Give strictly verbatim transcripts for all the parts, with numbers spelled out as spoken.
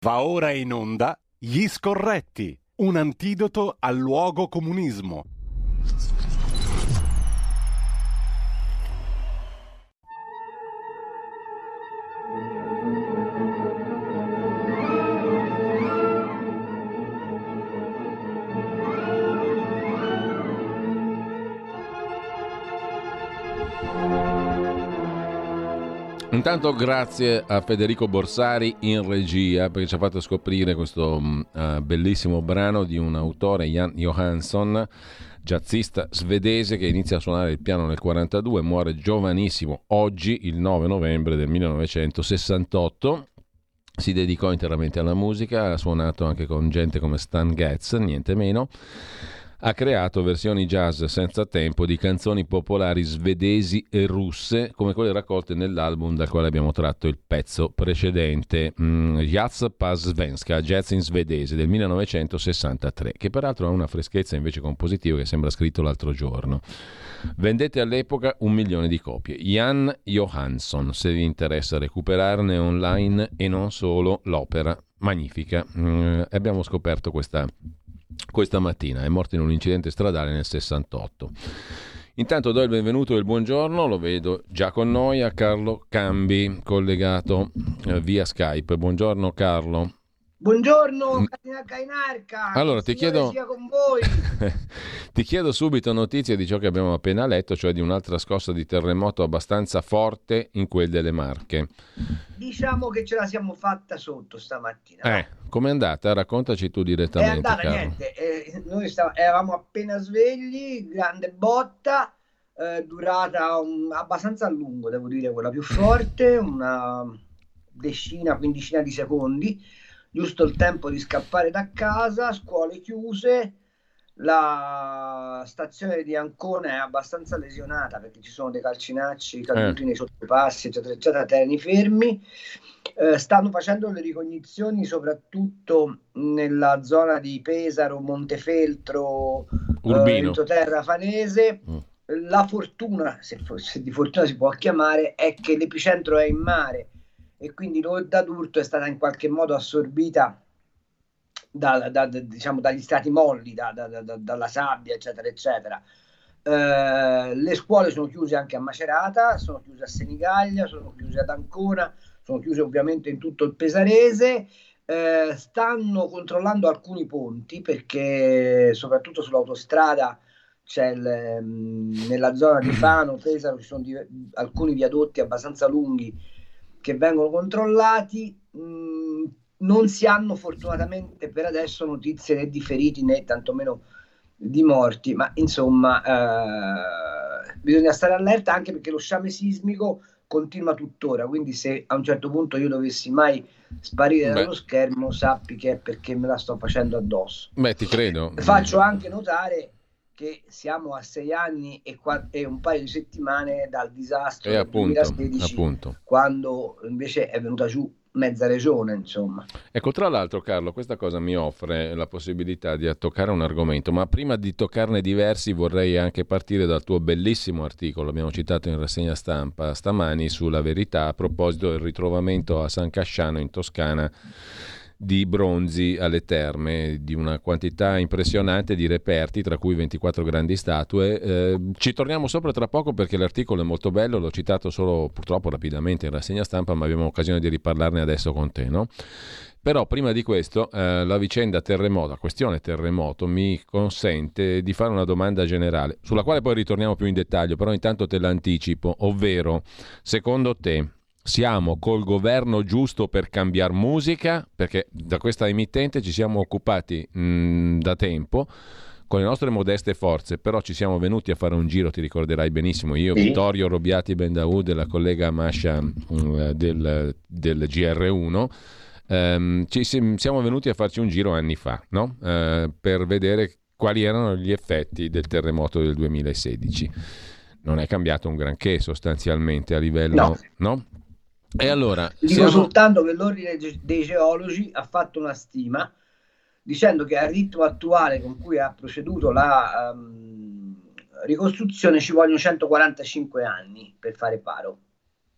Va ora in onda Gli Scorretti, un antidoto al luogo comunismo. Intanto grazie a Federico Borsari in regia, perché ci ha fatto scoprire questo uh, bellissimo brano di un autore, Jan Johansson, jazzista svedese che inizia a suonare il piano nel quarantadue, muore giovanissimo oggi, il nove novembre del millenovecentosessantotto. Si dedicò interamente alla musica, ha suonato anche con gente come Stan Getz, niente meno. Ha creato versioni jazz senza tempo di canzoni popolari svedesi e russe, come quelle raccolte nell'album dal quale abbiamo tratto il pezzo precedente, mm, Jazz på svenska, jazz in svedese, del millenovecentosessantatré, che peraltro ha una freschezza invece compositiva che sembra scritto l'altro giorno. Vendette all'epoca un milione di copie. Jan Johansson, se vi interessa recuperarne online, e non solo l'opera magnifica. Mm, abbiamo scoperto questa... questa mattina, è morto in un incidente stradale nel sessantotto. Intanto do il benvenuto e il buongiorno, lo vedo già con noi, a Carlo Cambi, collegato eh, via Skype. Buongiorno Carlo. Buongiorno Catina Cainarca, allora, ti chiedo... sia con voi. Ti chiedo subito notizie di ciò che abbiamo appena letto, cioè di un'altra scossa di terremoto abbastanza forte in quel delle Marche. Diciamo che ce la siamo fatta sotto stamattina. Eh, com'è andata? Raccontaci tu direttamente. È andata Carlo. niente, eh, noi stav- eravamo appena svegli, grande botta, eh, durata un, abbastanza a lungo, devo dire, quella più forte, una decina, quindicina di secondi. Giusto il tempo di scappare da casa, scuole chiuse, la stazione di Ancona è abbastanza lesionata perché ci sono dei calcinacci caduti eh. nei sottopassi, eccetera, eccetera, treni fermi. Eh, stanno facendo le ricognizioni soprattutto nella zona di Pesaro, Montefeltro, eh, entroterra Fanese. Mm. La fortuna, se, se di fortuna si può chiamare, è che l'epicentro è in mare e quindi l'Odda d'Urto è stata in qualche modo assorbita da, da, da, diciamo, dagli strati molli, da, da, da, dalla sabbia, eccetera, eccetera. Eh, le scuole sono chiuse anche a Macerata, sono chiuse a Senigallia, sono chiuse ad Ancona, sono chiuse ovviamente in tutto il Pesarese. Eh, stanno controllando alcuni ponti perché soprattutto sull'autostrada c'è il, mh, nella zona di Fano, Pesaro, ci sono di, alcuni viadotti abbastanza lunghi che vengono controllati. Mh, non si hanno fortunatamente per adesso notizie né di feriti né tantomeno di morti, ma insomma eh, bisogna stare allerta anche perché lo sciame sismico continua tuttora, quindi se a un certo punto io dovessi mai sparire Beh. dallo schermo, sappi che è perché me la sto facendo addosso. Beh, ti credo. Faccio anche notare che siamo a sei anni e, qua, e un paio di settimane dal disastro e del appunto, duemilasedici, appunto. quando invece è venuta giù mezza regione, insomma. Ecco, tra l'altro Carlo, questa cosa mi offre la possibilità di toccare un argomento, ma prima di toccarne diversi vorrei anche partire dal tuo bellissimo articolo, abbiamo citato in rassegna stampa stamani, sulla Verità, a proposito del ritrovamento a San Casciano in Toscana di bronzi alle terme, di una quantità impressionante di reperti, tra cui ventiquattro grandi statue. Eh, ci torniamo sopra tra poco perché l'articolo è molto bello, l'ho citato solo purtroppo rapidamente in rassegna stampa, ma abbiamo occasione di riparlarne adesso con te, no? Però prima di questo eh, la vicenda terremoto, la questione terremoto mi consente di fare una domanda generale, sulla quale poi ritorniamo più in dettaglio, però intanto te l'anticipo, ovvero, secondo te siamo col governo giusto per cambiare musica? Perché da questa emittente ci siamo occupati mh, da tempo con le nostre modeste forze, però ci siamo venuti a fare un giro, ti ricorderai benissimo, io, sì. Vittorio Robiati Bendaud e la collega Mascia mh, del, del G R uno, ehm, ci siamo venuti a farci un giro anni fa, no? Eh, per vedere quali erano gli effetti del terremoto del duemilasedici. Non è cambiato un granché sostanzialmente a livello... No. no? E allora, dico siamo... soltanto che l'ordine dei geologi ha fatto una stima dicendo che al ritmo attuale con cui ha proceduto la um, ricostruzione ci vogliono centoquarantacinque anni per fare paro.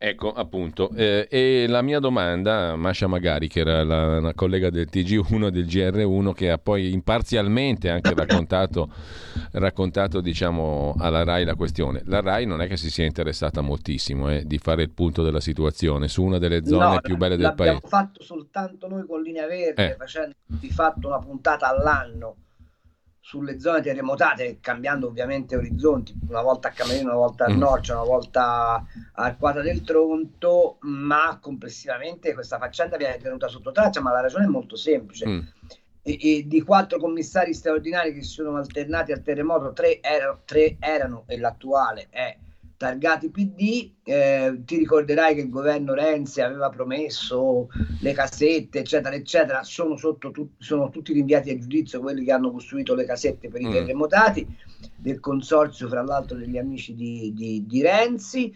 Ecco, appunto, eh, e la mia domanda, Masha Magari, che era la, una collega del T G uno e del G R uno, che ha poi imparzialmente anche raccontato, raccontato diciamo, alla RAI la questione. La RAI non è che si sia interessata moltissimo eh, di fare il punto della situazione su una delle zone No, più belle del l'abbiamo paese. fatto soltanto noi con Linea Verde, Eh. facendo di fatto una puntata all'anno sulle zone terremotate, cambiando ovviamente orizzonti, una volta a Camerino, una volta al Mm. nord, una volta a Arquata del Tronto, ma complessivamente questa faccenda viene tenuta sotto traccia, ma la ragione è molto semplice. Mm. E, e di quattro commissari straordinari che si sono alternati al terremoto, tre, er- tre erano, e l'attuale è targati P D. Eh, ti ricorderai che il governo Renzi aveva promesso le casette, eccetera, eccetera. Sono, sotto tu- sono tutti rinviati a giudizio quelli che hanno costruito le casette per i Mm. terremotati, del consorzio, fra l'altro, degli amici di, di, di Renzi.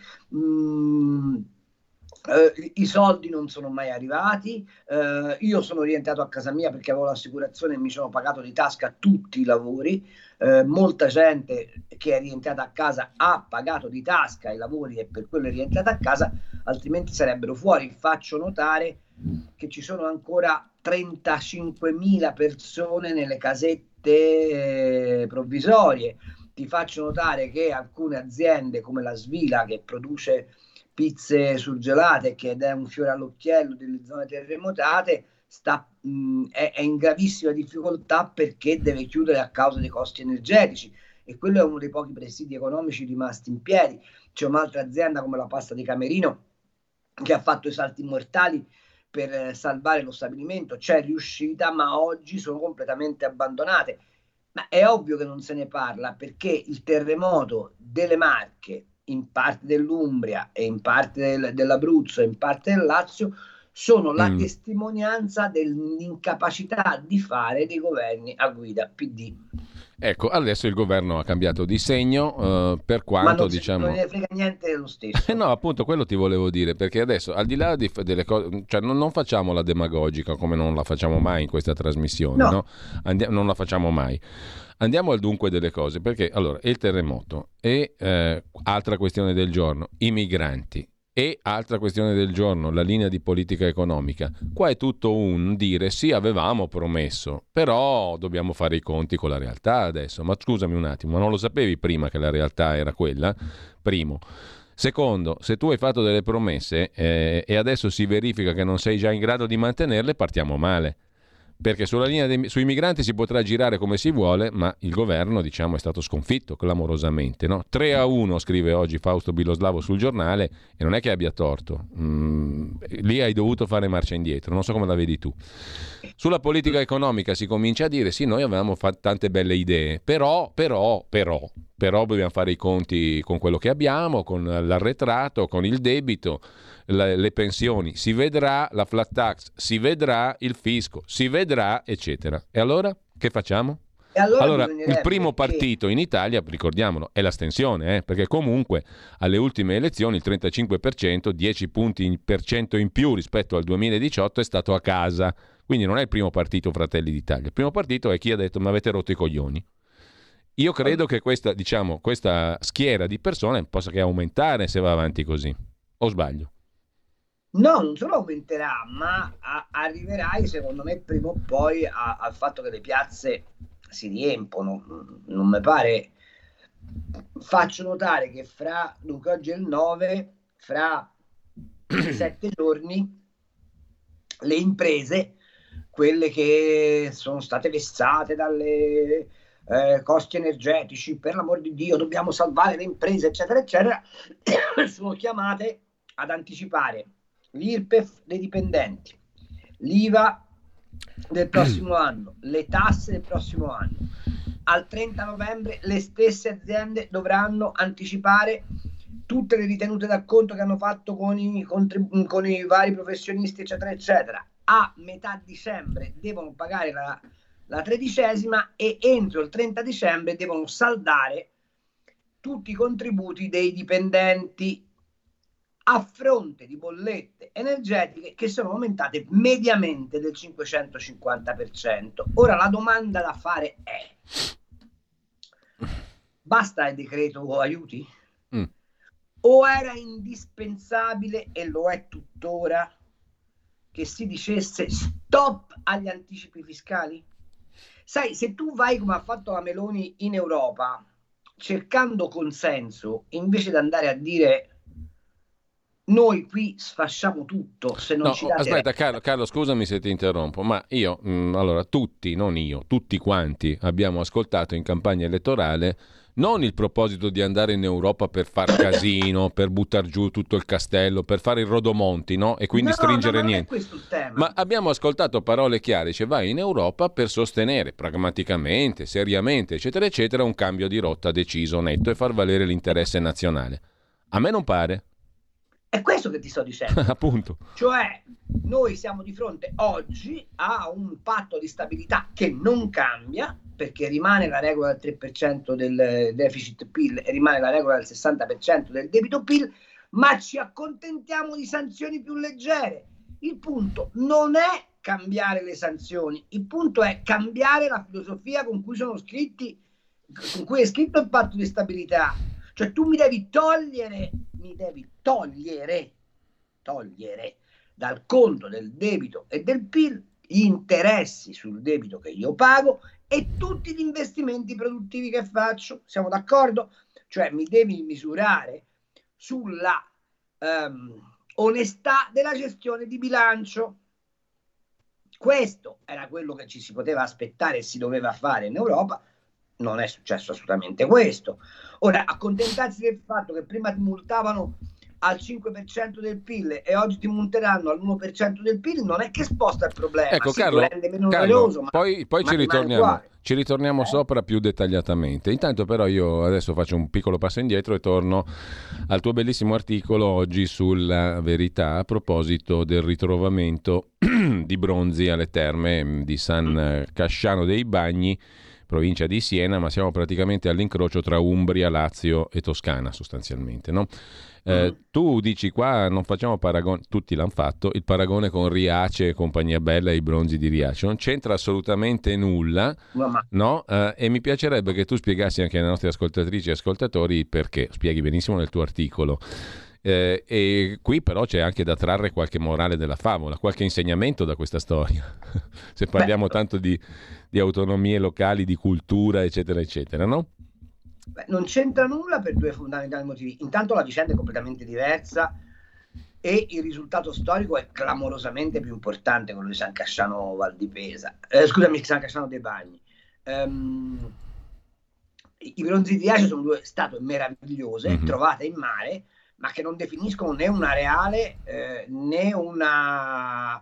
Mm, eh, I soldi non sono mai arrivati. Eh, io sono rientrato a casa mia perché avevo l'assicurazione e mi sono pagato di tasca tutti i lavori. Eh, molta gente che è rientrata a casa ha pagato di tasca i lavori e per quello è rientrata a casa, altrimenti sarebbero fuori. Faccio notare che ci sono ancora trentacinquemila persone nelle casette eh, provvisorie. Ti faccio notare che alcune aziende come la Svila, che produce pizze surgelate, che ed è un fiore all'occhiello delle zone terremotate, sta, mh, è, è in gravissima difficoltà perché deve chiudere a causa dei costi energetici, e quello è uno dei pochi presidi economici rimasti in piedi. C'è un'altra azienda come la Pasta di Camerino che ha fatto i salti mortali per eh, salvare lo stabilimento, c'è riuscita, ma oggi sono completamente abbandonate. Ma è ovvio che non se ne parla perché il terremoto delle Marche, in parte dell'Umbria e in parte del, dell'Abruzzo e in parte del Lazio, sono la Mm. testimonianza dell'incapacità di fare dei governi a guida P D. Ecco, adesso il governo ha cambiato di segno, eh, per Ma quanto non, se- diciamo... non ne frega niente lo stesso. Eh no, appunto, quello ti volevo dire, perché adesso al di là di, delle cose, cioè non, non facciamo la demagogica come non la facciamo mai in questa trasmissione, No. no? Andia- non la facciamo mai. Andiamo al dunque delle cose, perché allora il terremoto e eh, altra questione del giorno, i migranti e altra questione del giorno, la linea di politica economica. Qua è tutto un dire sì, avevamo promesso, però dobbiamo fare i conti con la realtà adesso. Ma scusami un attimo, ma non lo sapevi prima che la realtà era quella? Primo. Secondo, se tu hai fatto delle promesse eh, e adesso si verifica che non sei già in grado di mantenerle, partiamo male. Perché sulla linea dei, sui migranti si potrà girare come si vuole, ma il governo, diciamo, è stato sconfitto clamorosamente, no? tre a uno, scrive oggi Fausto Biloslavo sul giornale, e non è che abbia torto. Mm, lì hai dovuto fare marcia indietro, non so come la vedi tu. Sulla politica economica si comincia a dire sì, noi avevamo fatto tante belle idee, però, però, però, però dobbiamo fare i conti con quello che abbiamo, con l'arretrato, con il debito, le, le pensioni, si vedrà, la flat tax, si vedrà, il fisco, si vedrà, eccetera. E allora che facciamo? E allora, Allora, il bisognerebbe primo che- partito in Italia, ricordiamolo, è l'astensione, eh, perché comunque alle ultime elezioni il trentacinque per cento, dieci punti in- per cento in più rispetto al duemiladiciotto, è stato a casa. Quindi non è il primo partito Fratelli d'Italia. Il primo partito è chi ha detto: ma avete rotto i coglioni. Io credo che questa, diciamo, questa schiera di persone possa che aumentare se va avanti così. O sbaglio? No, non solo aumenterà, ma a- arriverai, secondo me, prima o poi a- al fatto che le piazze si riempono. Non mi pare. Faccio notare che fra, dunque oggi è il nove, fra sette giorni le imprese, quelle che sono state vessate dalle eh, costi energetici, per l'amor di Dio, dobbiamo salvare le imprese, eccetera, eccetera, sono chiamate ad anticipare l'I R P E F dei dipendenti, l'I V A del prossimo anno, le tasse del prossimo anno. Al trenta novembre le stesse aziende dovranno anticipare tutte le ritenute d'acconto che hanno fatto con i, contrib- con i vari professionisti, eccetera, eccetera. A metà dicembre devono pagare la, la tredicesima e entro il trenta dicembre devono saldare tutti i contributi dei dipendenti, a fronte di bollette energetiche che sono aumentate mediamente del cinquecentocinquanta per cento. Ora la domanda da fare è: basta il decreto aiuti? Mm. o era indispensabile, e lo è tuttora, che si dicesse stop agli anticipi fiscali? Sai, se tu vai come ha fatto la Meloni in Europa, cercando consenso, invece di andare a dire noi qui sfasciamo tutto se non No, ci date aspetta, retta. Carlo, Carlo, scusami se ti interrompo, ma io, mh, allora, tutti, non io, tutti quanti abbiamo ascoltato in campagna elettorale non il proposito di andare in Europa per far casino, per buttar giù tutto il castello, per fare i rodomonti, no? E quindi No, stringere no, ma non è niente. questo il tema. Ma abbiamo ascoltato parole chiare, cioè vai in Europa per sostenere pragmaticamente, seriamente, eccetera, eccetera, un cambio di rotta deciso, netto e far valere l'interesse nazionale. A me non pare. È questo che ti sto dicendo. Appunto. Cioè, noi siamo di fronte oggi a un patto di stabilità che non cambia, perché rimane la regola del tre per cento del deficit P I L e rimane la regola del sessanta per cento del debito P I L, ma ci accontentiamo di sanzioni più leggere. Il punto non è cambiare le sanzioni, il punto è cambiare la filosofia con cui sono scritti, con cui è scritto il patto di stabilità. Cioè tu mi devi togliere, mi devi togliere, togliere dal conto del debito e del P I L gli interessi sul debito che io pago e tutti gli investimenti produttivi che faccio. Siamo d'accordo? Cioè mi devi misurare sulla um, onestà della gestione di bilancio. Questo era quello che ci si poteva aspettare e si doveva fare in Europa. Non è successo assolutamente questo. Ora, accontentarsi del fatto che prima ti multavano al cinque per cento del P I L e oggi ti multeranno all'uno per cento del P I L non è che sposta il problema, ecco, sì, Carlo, lo rende meno Carlo, noioso, ma poi, poi ma ci rimane ritorniamo, uguale. ci ritorniamo Eh? sopra più dettagliatamente. Intanto però io adesso faccio un piccolo passo indietro e torno al tuo bellissimo articolo oggi sulla Verità a proposito del ritrovamento di bronzi alle terme di San Casciano dei Bagni, provincia di Siena, ma siamo praticamente all'incrocio tra Umbria, Lazio e Toscana sostanzialmente, no? Eh, mm. Tu dici qua non facciamo paragone, tutti l'hanno fatto, il paragone con Riace e compagnia bella e i bronzi di Riace, non c'entra assolutamente nulla, No, ma... no? Eh, e mi piacerebbe che tu spiegassi anche alle nostre ascoltatrici e ascoltatori perché, spieghi benissimo nel tuo articolo. Eh, e qui però c'è anche da trarre qualche morale della favola, qualche insegnamento da questa storia. Se parliamo Beh, tanto di, di autonomie locali, di cultura, eccetera, eccetera, no? Beh, non c'entra nulla per due fondamentali motivi. Intanto la vicenda è completamente diversa e il risultato storico è clamorosamente più importante, quello di San Casciano Val di Pesa. Eh, scusami, San Casciano dei Bagni. Um, I bronzi di Riace sono due statue meravigliose, mm-hmm. trovate in mare, ma che non definiscono né un areale eh, né una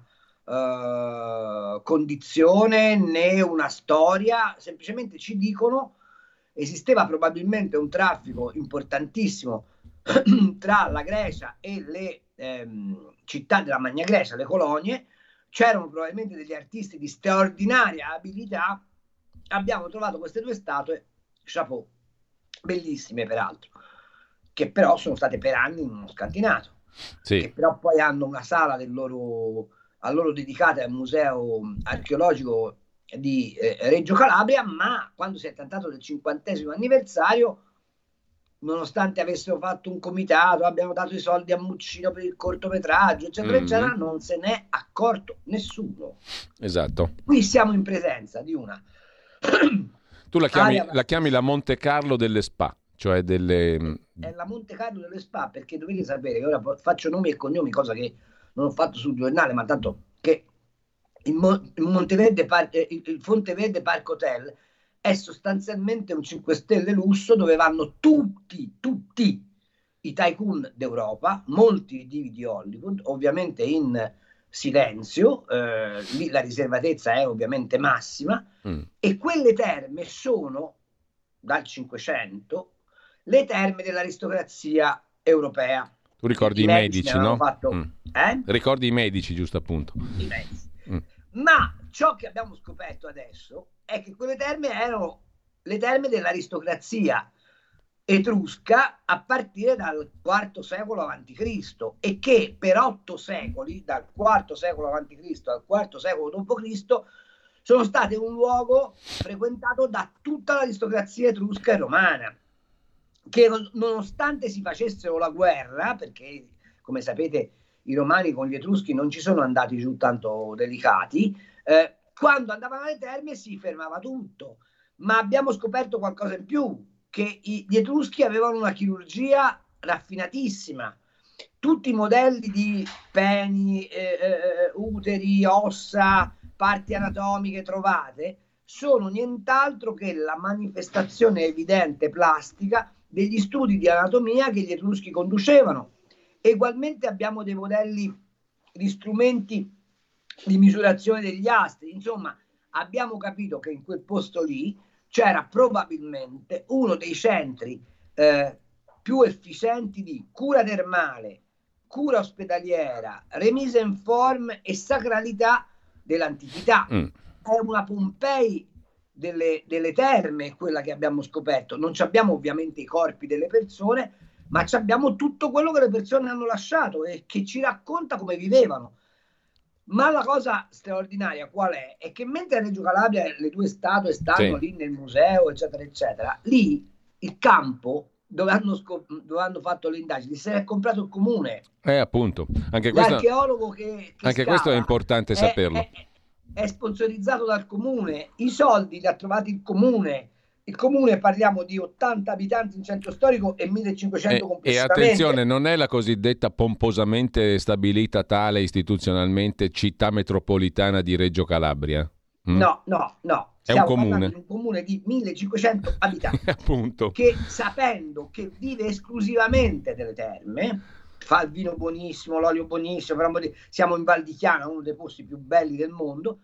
uh, condizione né una storia, semplicemente ci dicono esisteva probabilmente un traffico importantissimo tra la Grecia e le ehm, città della Magna Grecia, le colonie, c'erano probabilmente degli artisti di straordinaria abilità, abbiamo trovato queste due statue, chapeau, bellissime peraltro, che però sono state per anni in uno scantinato, sì. Che però poi hanno una sala del loro, a loro dedicata al museo archeologico di eh, Reggio Calabria, ma quando si è trattato del cinquantesimo anniversario, nonostante avessero fatto un comitato, abbiamo dato i soldi a Muccino per il cortometraggio, eccetera, mm-hmm. eccetera, non se n'è accorto nessuno. Esatto. Qui siamo in presenza di una... Tu la chiami, la chiami la Monte Carlo delle Spa. Cioè delle... È la Monte Carlo delle Spa, perché dovete sapere che ora faccio nomi e cognomi, cosa che non ho fatto sul giornale, ma tanto che il, Mo- il Monteverde Par- il, il Fonteverde Park Hotel è sostanzialmente un cinque stelle lusso dove vanno tutti, tutti i tycoon d'Europa, molti divi di Hollywood, ovviamente in silenzio, eh, lì la riservatezza è ovviamente massima, mm. e quelle terme sono dal Cinquecento le terme dell'aristocrazia europea. Tu ricordi i, i medici, medici no? Fatto, mm. eh? Ricordi i medici, giusto appunto. I medici. Mm. Ma ciò che abbiamo scoperto adesso è che quelle terme erano le terme dell'aristocrazia etrusca a partire dal quarto secolo avanti Cristo e che per otto secoli, dal quarto secolo avanti Cristo al quarto secolo dopo Cristo, sono state un luogo frequentato da tutta l'aristocrazia etrusca e romana. che nonostante si facessero la guerra, perché come sapete i romani con gli etruschi non ci sono andati giù tanto delicati, eh, quando andavano alle terme si fermava tutto, ma abbiamo scoperto qualcosa in più, che i, gli etruschi avevano una chirurgia raffinatissima. Tutti i modelli di peni, eh, eh, uteri, ossa, parti anatomiche trovate sono nient'altro che la manifestazione evidente plastica degli studi di anatomia che gli etruschi conducevano. Egualmente abbiamo dei modelli di strumenti di misurazione degli astri. Insomma, abbiamo capito che in quel posto lì c'era probabilmente uno dei centri eh, più efficienti di cura termale, cura ospedaliera, remise en forme e sacralità dell'antichità. Mm. È una Pompei delle, delle terme quella che abbiamo scoperto. Non abbiamo ovviamente i corpi delle persone, ma abbiamo tutto quello che le persone hanno lasciato e che ci racconta come vivevano. Ma la cosa straordinaria qual è? È che mentre a Reggio Calabria le due statue stanno sì. lì nel museo, eccetera, eccetera, lì il campo dove hanno, scop- dove hanno fatto le indagini se l'è comprato il comune. Eh, appunto. Anche questo, l'archeologo che, che anche scava, questo è importante è, saperlo. È, è sponsorizzato dal comune, i soldi li ha trovati il comune. Il comune, parliamo di ottanta abitanti in centro storico e millecinquecento e, complessivamente. E attenzione, non è la cosiddetta pomposamente stabilita tale istituzionalmente città metropolitana di Reggio Calabria? Mm? No, no, no. È Stiamo un comune. di un comune di millecinquecento abitanti. Appunto. Che sapendo che vive esclusivamente delle terme, fa il vino buonissimo, l'olio buonissimo, siamo in Val di Chiana, uno dei posti più belli del mondo,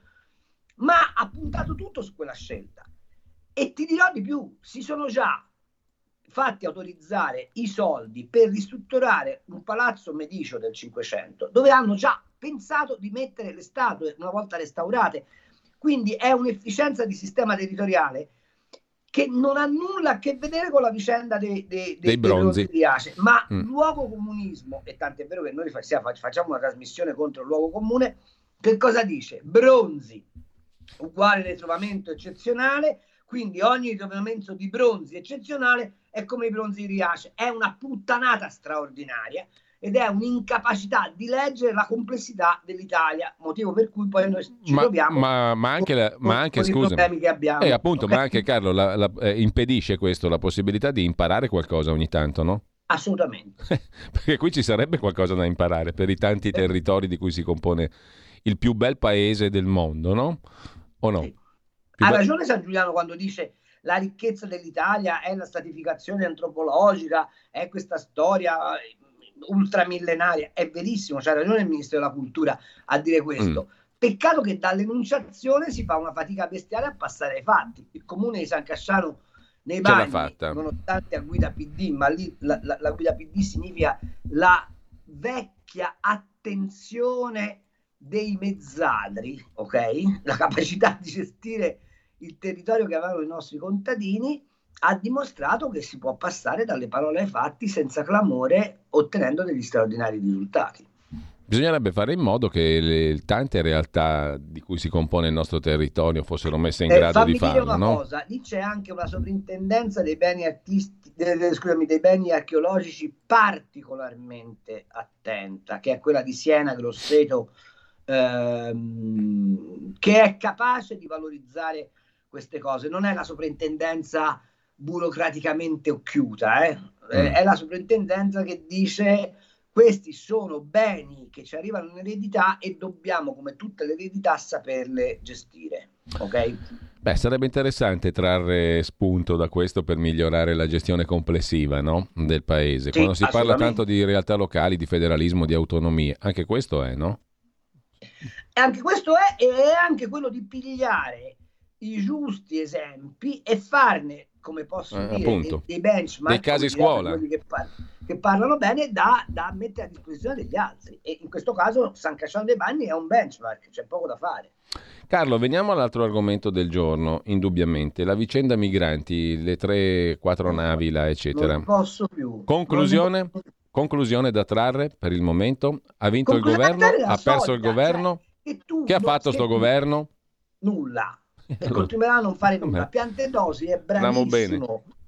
ma ha puntato tutto su quella scelta. E ti dirò di più, si sono già fatti autorizzare i soldi per ristrutturare un palazzo mediceo del Cinquecento, dove hanno già pensato di mettere le statue una volta restaurate. Quindi è un'efficienza di sistema territoriale che non ha nulla a che vedere con la vicenda dei, dei, dei, dei bronzi di Riace, ma mm. luogo comunismo, e tant'è vero che noi facciamo, facciamo una trasmissione contro il luogo comune, che cosa dice? Bronzi uguale ritrovamento eccezionale, quindi ogni ritrovamento di bronzi eccezionale è come i bronzi di Riace. È una puttanata straordinaria ed è un'incapacità di leggere la complessità dell'Italia, motivo per cui poi noi ci ma, troviamo ma, ma anche, la, con, ma anche con scusa, i problemi che abbiamo. Eh, appunto, okay? Ma anche Carlo, la, la, eh, impedisce questo la possibilità di imparare qualcosa ogni tanto, no? Assolutamente. Perché qui ci sarebbe qualcosa da imparare per i tanti territori di cui si compone il più bel paese del mondo, no? O no? Sì. Ha ragione San Giuliano quando dice la ricchezza dell'Italia è la stratificazione antropologica, è questa storia ultramillenaria. È verissimo, c'ha ragione il Ministro della Cultura a dire questo. Mm. Peccato che dall'enunciazione si fa una fatica bestiale a passare ai fatti. Il comune di San Casciano nei bagni, nonostante a guida P D, ma lì la, la, la guida P D significa la vecchia attenzione dei mezzadri, ok? La capacità di gestire il territorio che avevano i nostri contadini ha dimostrato che si può passare dalle parole ai fatti senza clamore, ottenendo degli straordinari risultati. Bisognerebbe fare in modo che le tante realtà di cui si compone il nostro territorio fossero messe in eh, grado di farlo. Fammi dire una no? cosa, lì c'è anche una sovrintendenza dei beni artisti, eh, scusami, dei beni archeologici particolarmente attenta, che è quella di Siena, Grosseto, ehm, che è capace di valorizzare queste cose. Non è la sovrintendenza burocraticamente occhiuta, eh? Mm. È la sovrintendenza che dice: questi sono beni che ci arrivano in eredità e dobbiamo, come tutte le eredità, saperle gestire. Ok? Beh, sarebbe interessante trarre spunto da questo per migliorare la gestione complessiva, no? Del paese. Sì, quando si parla tanto di realtà locali, di federalismo, di autonomia, anche questo è, no? E anche questo è, e è anche quello di pigliare i giusti esempi e farne, come posso eh, dire, dei, dei benchmark, dei casi scuola, quelli che, par- che parlano bene, da, da mettere a disposizione degli altri. E in questo caso San Casciano dei Bagni è un benchmark, c'è poco da fare. Carlo, veniamo all'altro argomento del giorno, indubbiamente, la vicenda migranti, le tre, quattro navi là, eccetera. Non posso più. Conclusione? Non... Conclusione da trarre per il momento? Ha vinto il governo? Ha perso solita, il governo? Cioè, tu che ha fatto sto governo? Nulla. E continuerà a non fare nulla. Piantedosi è bravissimo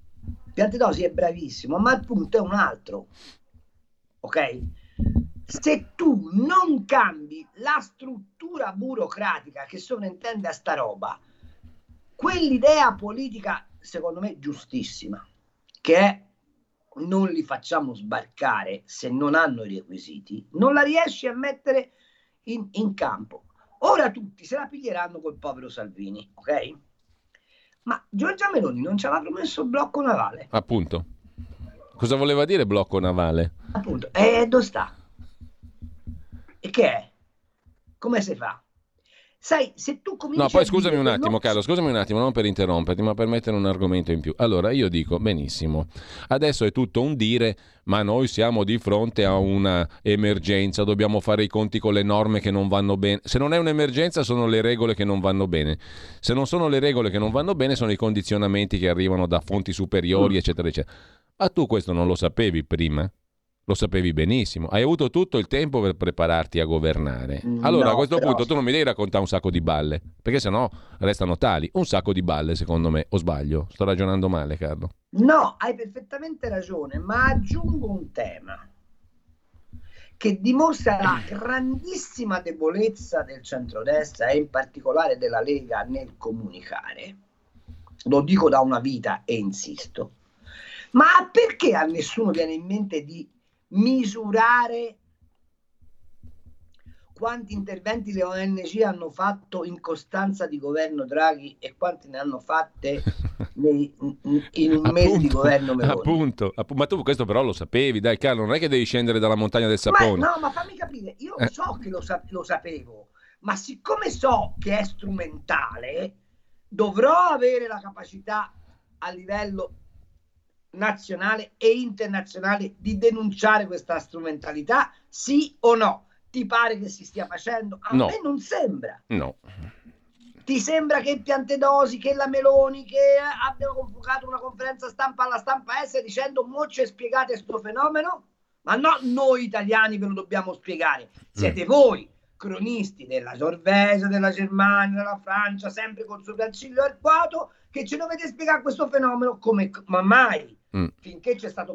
Piantedosi è bravissimo, ma il punto è un altro, ok? Se tu non cambi la struttura burocratica che sovrintende a sta roba, quell'idea politica, secondo me, giustissima, che è non li facciamo sbarcare se non hanno i requisiti, non la riesci a mettere in, in campo. Ora tutti se la piglieranno col povero Salvini, ok? Ma Giorgia Meloni non ci aveva promesso il blocco navale. Appunto. Cosa voleva dire blocco navale? Appunto. E dove sta? E che è? Come si fa? Sai, se tu cominci No, poi a scusami dire un attimo, non... Carlo, scusami un attimo, non per interromperti, ma per mettere un argomento in più. Allora, io dico, benissimo, adesso è tutto un dire, ma noi siamo di fronte a una emergenza, dobbiamo fare i conti con le norme che non vanno bene. Se non è un'emergenza, sono le regole che non vanno bene. Se non sono le regole che non vanno bene, sono i condizionamenti che arrivano da fonti superiori, eccetera, eccetera. Ma tu questo non lo sapevi prima? Lo sapevi benissimo, hai avuto tutto il tempo per prepararti a governare. Allora No, a questo però... punto tu non mi devi raccontare un sacco di balle, perché sennò restano tali. Un sacco di balle, secondo me, o sbaglio? Sto ragionando male, Carlo? No, hai perfettamente ragione, ma aggiungo un tema che dimostra la grandissima debolezza del centrodestra e in particolare della Lega nel comunicare. Lo dico da una vita e insisto. Ma perché a nessuno viene in mente di misurare quanti interventi le O N G hanno fatto in costanza di governo Draghi e quanti ne hanno fatte nei, in un mese di governo Meloni? Appunto, appunto, ma tu questo però lo sapevi, dai Carlo, non è che devi scendere dalla montagna del sapone. Ma, no, ma fammi capire, io eh. so che lo, sa- lo sapevo, ma siccome so che è strumentale, dovrò avere la capacità a livello nazionale e internazionale di denunciare questa strumentalità, sì o no? Ti pare che si stia facendo? A no. me non sembra. No. Ti sembra che Piantedosi, che la Meloni, che abbiano convocato una conferenza stampa alla Stampa Est dicendo mo ci spiegate questo fenomeno? Ma no, noi italiani ve lo dobbiamo spiegare. Siete mm. voi, cronisti della Norvegia, della Germania, della Francia, sempre col sopracciglio arcuato, che ci dovete spiegare questo fenomeno come ma mai. Mm. Finché c'è stato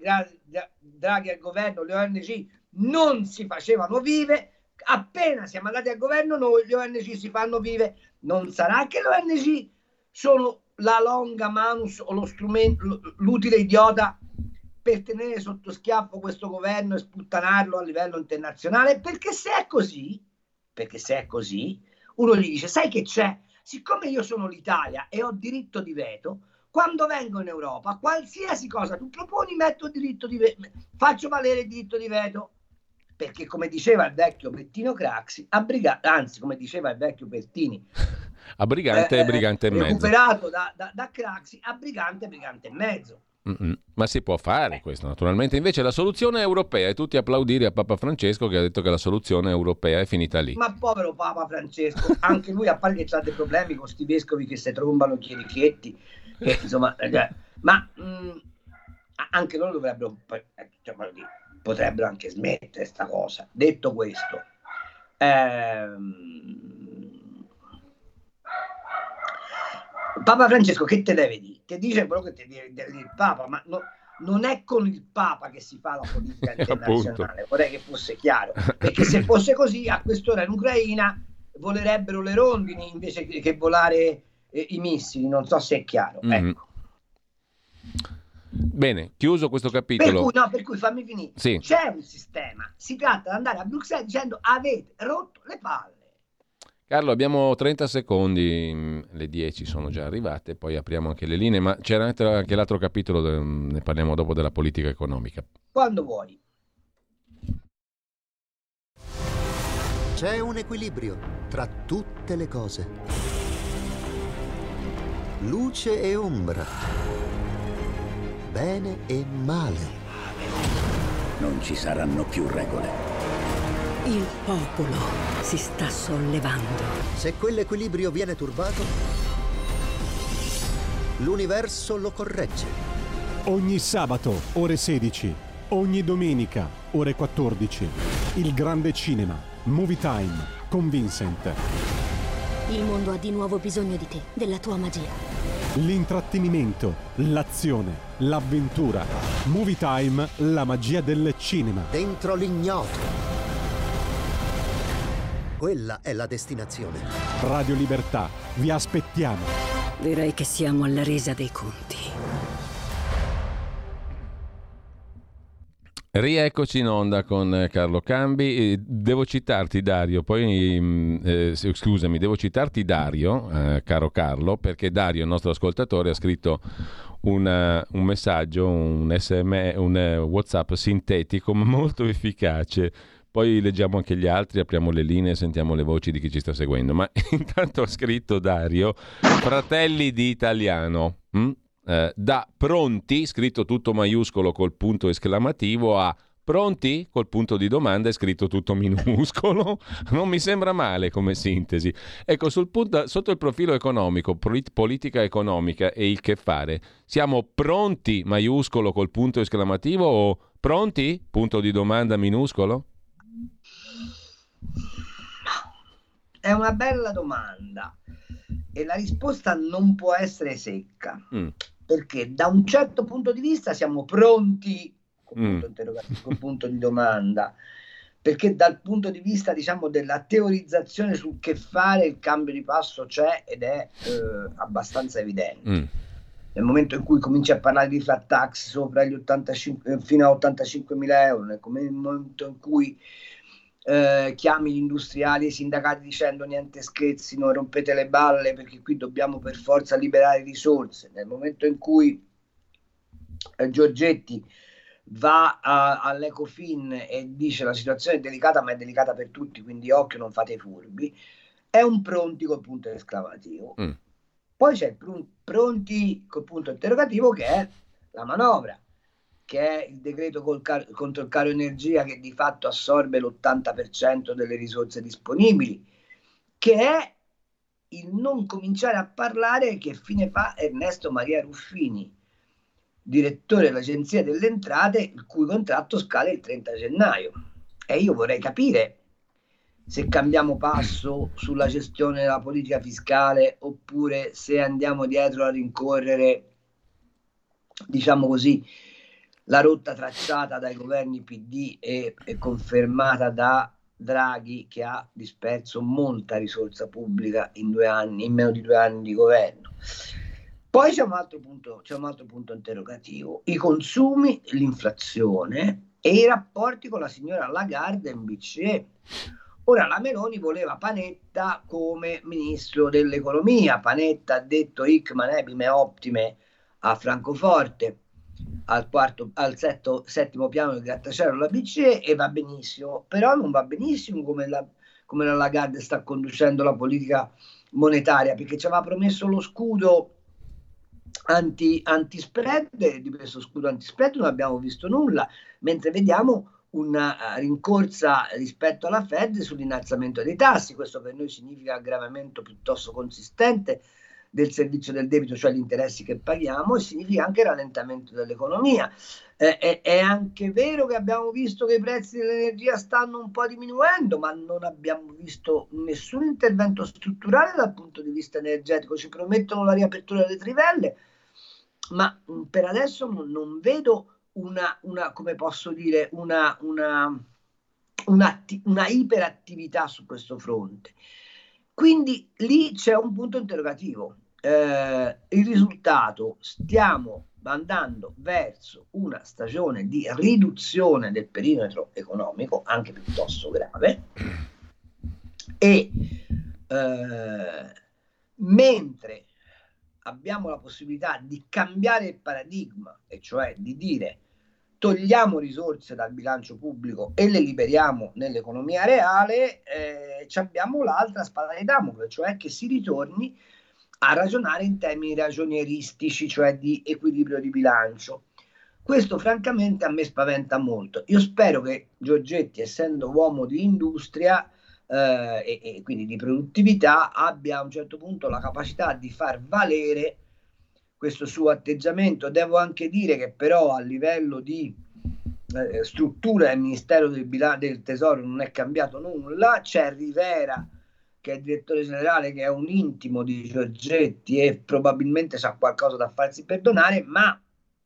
Draghi al governo, le O N G non si facevano vive. Appena siamo andati al governo noi, le O N G si fanno vive. Non sarà che le O N G sono la longa manus o lo strumento, l'utile idiota per tenere sotto schiaffo questo governo e sputtanarlo a livello internazionale? Perché se è così, perché se è così, uno gli dice, sai che c'è? Siccome io sono l'Italia e ho diritto di veto, quando vengo in Europa, qualsiasi cosa tu proponi, metto il diritto di veto, faccio valere il diritto di veto. Perché come diceva il vecchio Bettino Craxi, a briga- anzi come diceva il vecchio Pertini, a brigante e eh, brigante e mezzo, recuperato da, da, da Craxi, a brigante e brigante e mezzo. Mm-mm. Ma si può fare questo naturalmente. Invece la soluzione è europea e tutti applaudire a Papa Francesco che ha detto che la soluzione europea è finita lì. Ma povero Papa Francesco, anche lui a parte che ha dei problemi con sti vescovi che si trombano chierichetti, che, insomma, eh, ma mh, anche loro dovrebbero, cioè, potrebbero anche smettere sta cosa. Detto questo, ehm, Papa Francesco che te deve dire? Ti dice quello che ti deve dire il Papa, ma no, non è con il Papa che si fa la politica internazionale. Vorrei che fosse chiaro, perché se fosse così a quest'ora in Ucraina volerebbero le rondini invece che, che volare eh, i missili. Non so se è chiaro. Mm-hmm. Ecco. Bene, chiuso questo capitolo. Per cui, no, per cui fammi finire. Sì. C'è un sistema. Si tratta di andare a Bruxelles dicendo avete rotto le palle. Carlo, abbiamo trenta secondi, le dieci sono già arrivate, poi apriamo anche le linee, ma c'era anche l'altro capitolo, ne parliamo dopo, della politica economica. Quando vuoi. C'è un equilibrio tra tutte le cose. Luce e ombra. Bene e male. Non ci saranno più regole. Il popolo si sta sollevando. Se quell'equilibrio viene turbato, l'universo lo corregge. Ogni sabato, ore sedici. Ogni domenica, ore quattordici. Il grande cinema. Movie Time con Vincent. Il mondo ha di nuovo bisogno di te, della tua magia. l'intrattenimento, l'azione, l'avventura. Movie Time, la magia del cinema. Dentro l'ignoto. Quella è la destinazione. Radio Libertà, vi aspettiamo. Direi che siamo alla resa dei conti. Rieccoci in onda con Carlo Cambi. Devo citarti, Dario, poi eh, scusami, devo citarti Dario, eh, caro Carlo, perché Dario, il nostro ascoltatore, ha scritto una, un messaggio, un S M S, un uh, WhatsApp sintetico ma molto efficace. Poi leggiamo anche gli altri, apriamo le linee e sentiamo le voci di chi ci sta seguendo. Ma intanto ha scritto Dario: Fratelli di Italiano. Hm? Eh, da pronti, scritto tutto maiuscolo col punto esclamativo, a pronti col punto di domanda e scritto tutto minuscolo. Non mi sembra male come sintesi. Ecco, sul punto, sotto il profilo economico, polit- politica economica e il che fare, siamo pronti maiuscolo col punto esclamativo o pronti punto di domanda minuscolo? È una bella domanda e la risposta non può essere secca. Mm. Perché da un certo punto di vista siamo pronti con mm. punto interrogativo, con punto di domanda, perché dal punto di vista, diciamo, della teorizzazione sul che fare il cambio di passo c'è ed è eh, abbastanza evidente. Mm. Nel momento in cui cominci a parlare di flat tax sopra gli ottantacinque, fino a ottantacinquemila euro, nel momento in cui Eh, chiami gli industriali e i sindacati dicendo niente scherzi, non rompete le balle perché qui dobbiamo per forza liberare risorse, nel momento in cui eh, Giorgetti va a, all'Ecofin e dice la situazione è delicata ma è delicata per tutti, quindi occhio, non fate i furbi, è un pronti col punto esclamativo. Mm. Poi c'è il pr- pronti col punto interrogativo che è la manovra, che è il decreto col car- contro il caro energia che di fatto assorbe l'ottanta per cento delle risorse disponibili, che è il non cominciare a parlare che fine fa Ernesto Maria Ruffini, direttore dell'Agenzia delle Entrate, il cui contratto scade il trenta gennaio. E io vorrei capire se cambiamo passo sulla gestione della politica fiscale oppure se andiamo dietro a rincorrere, diciamo così, la rotta tracciata dai governi P D e, e confermata da Draghi, che ha disperso molta risorsa pubblica in due anni, in meno di due anni di governo. Poi c'è un altro punto, c'è un altro punto interrogativo: i consumi, l'inflazione e i rapporti con la signora Lagarde in B C E. Ora, la Meloni voleva Panetta come ministro dell'economia. Panetta ha detto hic manebime optime a Francoforte, al quarto, al setto, settimo piano del grattacielo della B C E, e va benissimo, però non va benissimo come la, come la Lagarde sta conducendo la politica monetaria, perché ci aveva promesso lo scudo anti, anti-spread, e di questo scudo anti-spread non abbiamo visto nulla, mentre vediamo una rincorsa rispetto alla Fed sull'innalzamento dei tassi. Questo per noi significa aggravamento piuttosto consistente del servizio del debito, cioè gli interessi che paghiamo, e significa anche rallentamento dell'economia. Eh, è, è anche vero che abbiamo visto che i prezzi dell'energia stanno un po' diminuendo, ma non abbiamo visto nessun intervento strutturale dal punto di vista energetico. Ci promettono la riapertura delle trivelle, ma mh, per adesso non, non vedo una, una, come posso dire, una, una, una, una iperattività su questo fronte. Quindi lì c'è un punto interrogativo. Eh, il risultato: stiamo andando verso una stagione di riduzione del perimetro economico, anche piuttosto grave, e eh, mentre abbiamo la possibilità di cambiare il paradigma, e cioè di dire togliamo risorse dal bilancio pubblico e le liberiamo nell'economia reale, eh, abbiamo l'altra spada di Damocle, cioè che si ritorni a ragionare in termini ragionieristici, cioè di equilibrio di bilancio. Questo francamente a me spaventa molto. Io spero che Giorgetti, essendo uomo di industria eh, e, e quindi di produttività, abbia a un certo punto la capacità di far valere questo suo atteggiamento. Devo anche dire che però a livello di eh, struttura del Ministero del, Bilan- del Tesoro non è cambiato nulla. C'è Rivera che è il direttore generale, che è un intimo di Giorgetti e probabilmente sa qualcosa da farsi perdonare, ma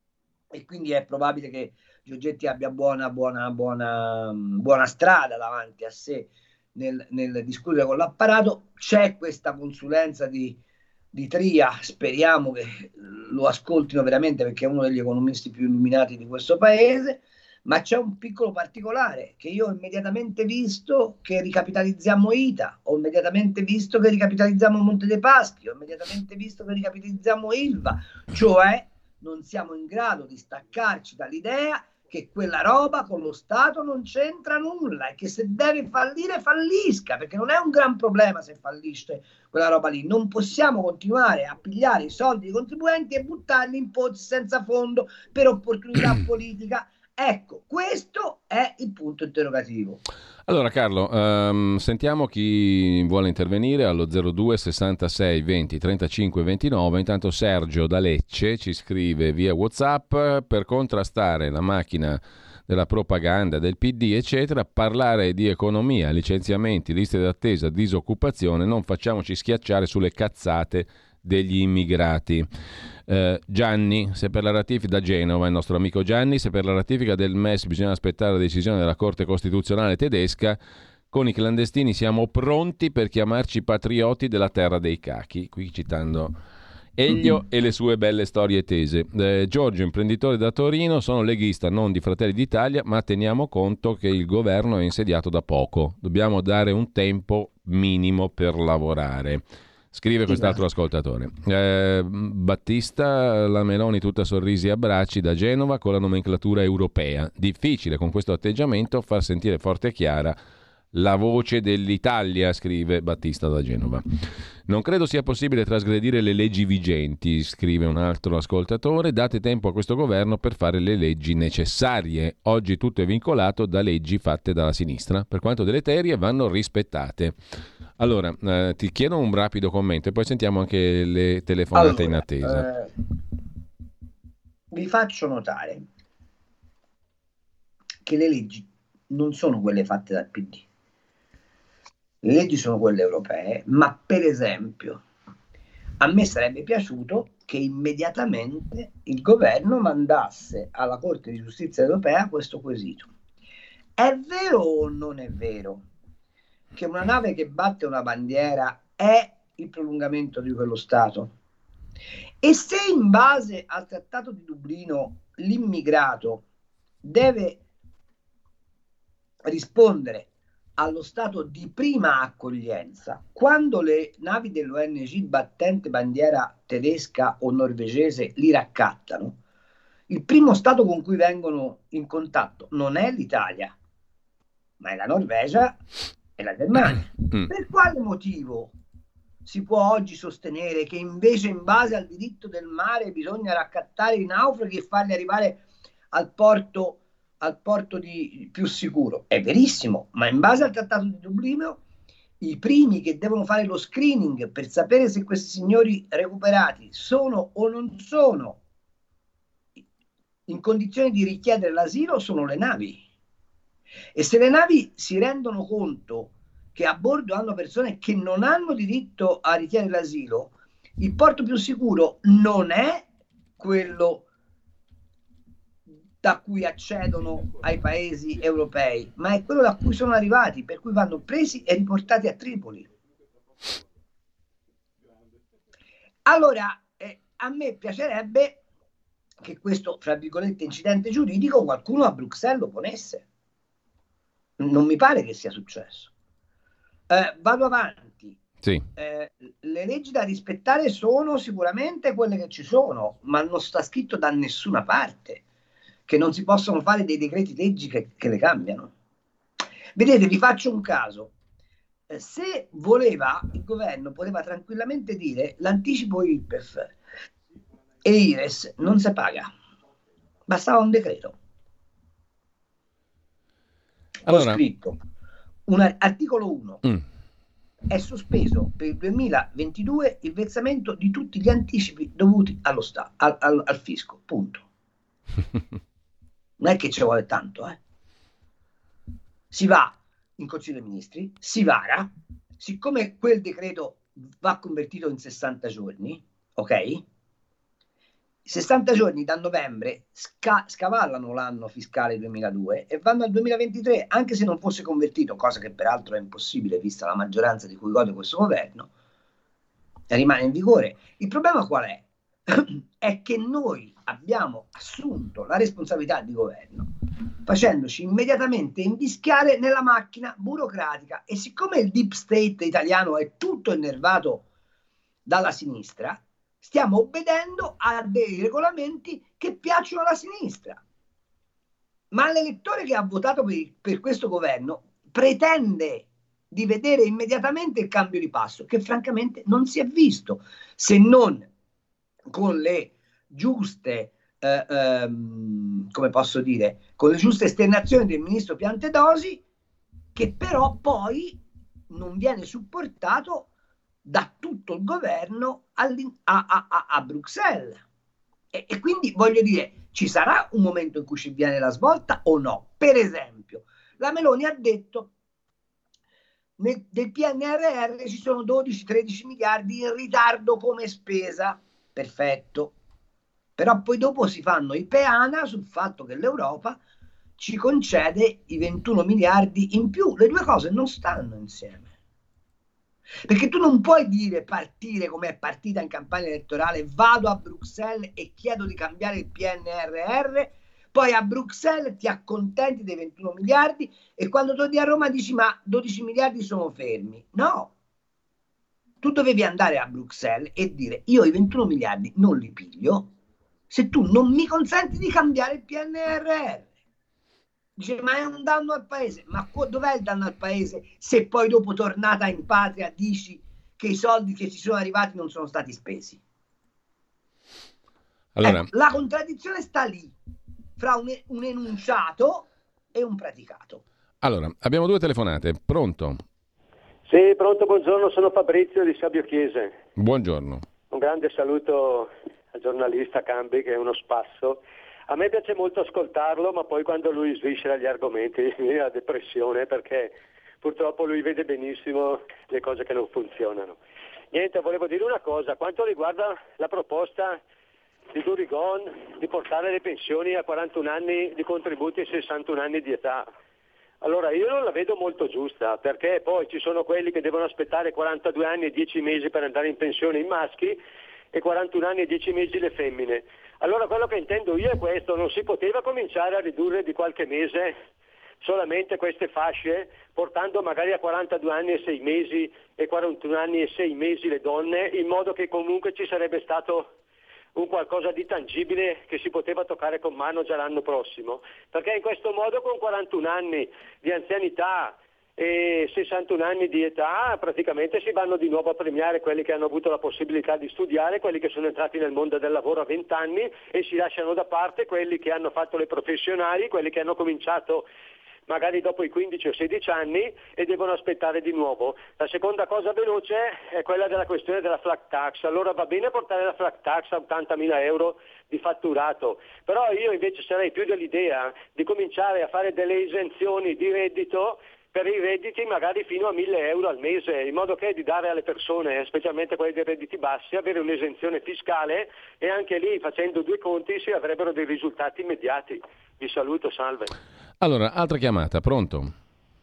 e quindi è probabile che Giorgetti abbia buona, buona, buona, buona strada davanti a sé nel, nel discutere con l'apparato. C'è questa consulenza di, di Tria, speriamo che lo ascoltino veramente, perché è uno degli economisti più illuminati di questo paese. Ma c'è un piccolo particolare, che io ho immediatamente visto che ricapitalizziamo I T A, ho immediatamente visto che ricapitalizziamo Monte dei Paschi, ho immediatamente visto che ricapitalizziamo Ilva, cioè non siamo in grado di staccarci dall'idea che quella roba con lo Stato non c'entra nulla e che se deve fallire fallisca, perché non è un gran problema se fallisce quella roba lì. Non possiamo continuare a pigliare i soldi dei contribuenti e buttarli in pozzi senza fondo per opportunità politica. Ecco, questo è il punto interrogativo. Allora Carlo, um, sentiamo chi vuole intervenire allo zero due sessantasei venti trentacinque ventinove. Intanto Sergio da Lecce ci scrive via WhatsApp: per contrastare la macchina della propaganda del P D eccetera, parlare di economia, licenziamenti, liste d'attesa, disoccupazione, non facciamoci schiacciare sulle cazzate degli immigrati. Eh, Gianni, se per la ratifica da Genova, il nostro amico Gianni, se per la ratifica del M E S bisogna aspettare la decisione della Corte Costituzionale tedesca, con i clandestini siamo pronti per chiamarci patrioti della terra dei cachi, qui citando Elio e le sue belle storie tese. Eh, Giorgio, imprenditore da Torino, sono leghista, non di Fratelli d'Italia, ma teniamo conto che il governo è insediato da poco, dobbiamo dare un tempo minimo per lavorare. Scrive quest'altro ascoltatore. Eh, Battista, la Meloni tutta sorrisi e abbracci da Genova con la nomenclatura europea. Difficile con questo atteggiamento far sentire forte e chiara la voce dell'Italia, scrive Battista da Genova. Non credo sia possibile trasgredire le leggi vigenti, scrive un altro ascoltatore. Date tempo a questo governo per fare le leggi necessarie. Oggi tutto è vincolato da leggi fatte dalla sinistra. Per quanto deleterie, vanno rispettate. Allora, eh, ti chiedo un rapido commento e poi sentiamo anche le telefonate allora, in attesa. Eh, vi faccio notare che le leggi non sono quelle fatte dal P D. Le leggi sono quelle europee, ma per esempio a me sarebbe piaciuto che immediatamente il governo mandasse alla Corte di Giustizia europea questo quesito. È vero o non è vero che una nave che batte una bandiera è il prolungamento di quello Stato? E se in base al Trattato di Dublino l'immigrato deve rispondere allo Stato di prima accoglienza, quando le navi dell'O N G battente bandiera tedesca o norvegese li raccattano, il primo Stato con cui vengono in contatto non è l'Italia, ma è la Norvegia e la Germania. Mm. Per quale motivo si può oggi sostenere che invece in base al diritto del mare bisogna raccattare i naufraghi e farli arrivare al porto al porto di più sicuro? È verissimo, ma in base al Trattato di Dublino i primi che devono fare lo screening per sapere se questi signori recuperati sono o non sono in condizioni di richiedere l'asilo sono le navi. E se le navi si rendono conto che a bordo hanno persone che non hanno diritto a richiedere l'asilo, il porto più sicuro non è quello da cui accedono ai paesi europei, ma è quello da cui sono arrivati, per cui vanno presi e riportati a Tripoli. Allora, eh, a me piacerebbe che questo, fra virgolette, incidente giuridico qualcuno a Bruxelles lo ponesse. Non mi pare che sia successo. Eh, vado avanti. Sì. Eh, le leggi da rispettare sono sicuramente quelle che ci sono, ma non sta scritto da nessuna parte che non si possono fare dei decreti leggi che, che le cambiano. Vedete, vi faccio un caso. Eh, se voleva, il governo poteva tranquillamente dire l'anticipo I R P E F e I R E S non si paga. Bastava un decreto. Allora. Ho scritto un articolo uno. Mm. È sospeso per il duemilaventidue il versamento di tutti gli anticipi dovuti allo Stato, al, al, al fisco. Punto. Non è che ci vuole tanto, eh. Si va in Consiglio dei Ministri, si vara, siccome quel decreto va convertito in sessanta giorni, ok? sessanta giorni da novembre sca- scavallano l'anno fiscale duemiladue e vanno al duemilaventitré, anche se non fosse convertito, cosa che peraltro è impossibile vista la maggioranza di cui gode questo governo, rimane in vigore. Il problema qual è? È che noi abbiamo assunto la responsabilità di governo facendoci immediatamente invischiare nella macchina burocratica, e siccome il deep state italiano è tutto innervato dalla sinistra, stiamo obbedendo a dei regolamenti che piacciono alla sinistra. Ma l'elettore che ha votato per, per questo governo pretende di vedere immediatamente il cambio di passo, che francamente non si è visto, se non con le giuste, eh, ehm, come posso dire, con le giuste esternazioni del ministro Piantedosi, che però poi non viene supportato da tutto il governo a, a, a, a Bruxelles. E, e quindi voglio dire, ci sarà un momento in cui ci viene la svolta o no? Per esempio, la Meloni ha detto nel, del P N R R ci sono dodici tredici miliardi in ritardo come spesa. Perfetto. Però poi dopo si fanno i peana sul fatto che l'Europa ci concede i ventuno miliardi in più. Le due cose non stanno insieme. Perché tu non puoi dire, partire come è partita in campagna elettorale, vado a Bruxelles e chiedo di cambiare il P N R R, poi a Bruxelles ti accontenti dei ventuno miliardi e quando torni a Roma dici ma dodici miliardi sono fermi. No, tu dovevi andare a Bruxelles e dire io i ventuno miliardi non li piglio se tu non mi consenti di cambiare il P N R R. Dice, ma è un danno al paese. Ma dov'è il danno al paese se poi dopo tornata in patria dici che i soldi che ci sono arrivati non sono stati spesi? Allora, ecco, la contraddizione sta lì, fra un, un enunciato e un praticato. Allora, abbiamo due telefonate. Pronto? Sì, pronto, buongiorno, sono Fabrizio di Sabio Chiese. Buongiorno. Un grande saluto al giornalista Cambi, che è uno spasso. A me piace molto ascoltarlo, ma poi quando lui sviscera gli argomenti mi viene la depressione, perché purtroppo lui vede benissimo le cose che non funzionano. Niente, volevo dire una cosa, quanto riguarda la proposta di Durigon di portare le pensioni a quarantuno anni di contributi e sessantuno anni di età. Allora io non la vedo molto giusta, perché poi ci sono quelli che devono aspettare quarantadue anni e dieci mesi per andare in pensione, i maschi, e quarantuno anni e dieci mesi le femmine. Allora quello che intendo io è questo, non si poteva cominciare a ridurre di qualche mese solamente queste fasce, portando magari a quarantadue anni e sei mesi e quarantuno anni e sei mesi le donne, in modo che comunque ci sarebbe stato un qualcosa di tangibile che si poteva toccare con mano già l'anno prossimo, perché in questo modo con quarantuno anni di anzianità e sessantuno anni di età praticamente si vanno di nuovo a premiare quelli che hanno avuto la possibilità di studiare, quelli che sono entrati nel mondo del lavoro a venti anni, e si lasciano da parte quelli che hanno fatto le professionali, quelli che hanno cominciato magari dopo i quindici o sedici anni e devono aspettare di nuovo. La seconda cosa veloce è quella della questione della flat tax. Allora va bene portare la flat tax a ottantamila euro di fatturato, però io invece sarei più dell'idea di cominciare a fare delle esenzioni di reddito per i redditi magari fino a mille euro al mese, in modo che di dare alle persone, specialmente quelli dei redditi bassi, avere un'esenzione fiscale, e anche lì facendo due conti si avrebbero dei risultati immediati. Vi saluto, salve. Allora, altra chiamata, pronto?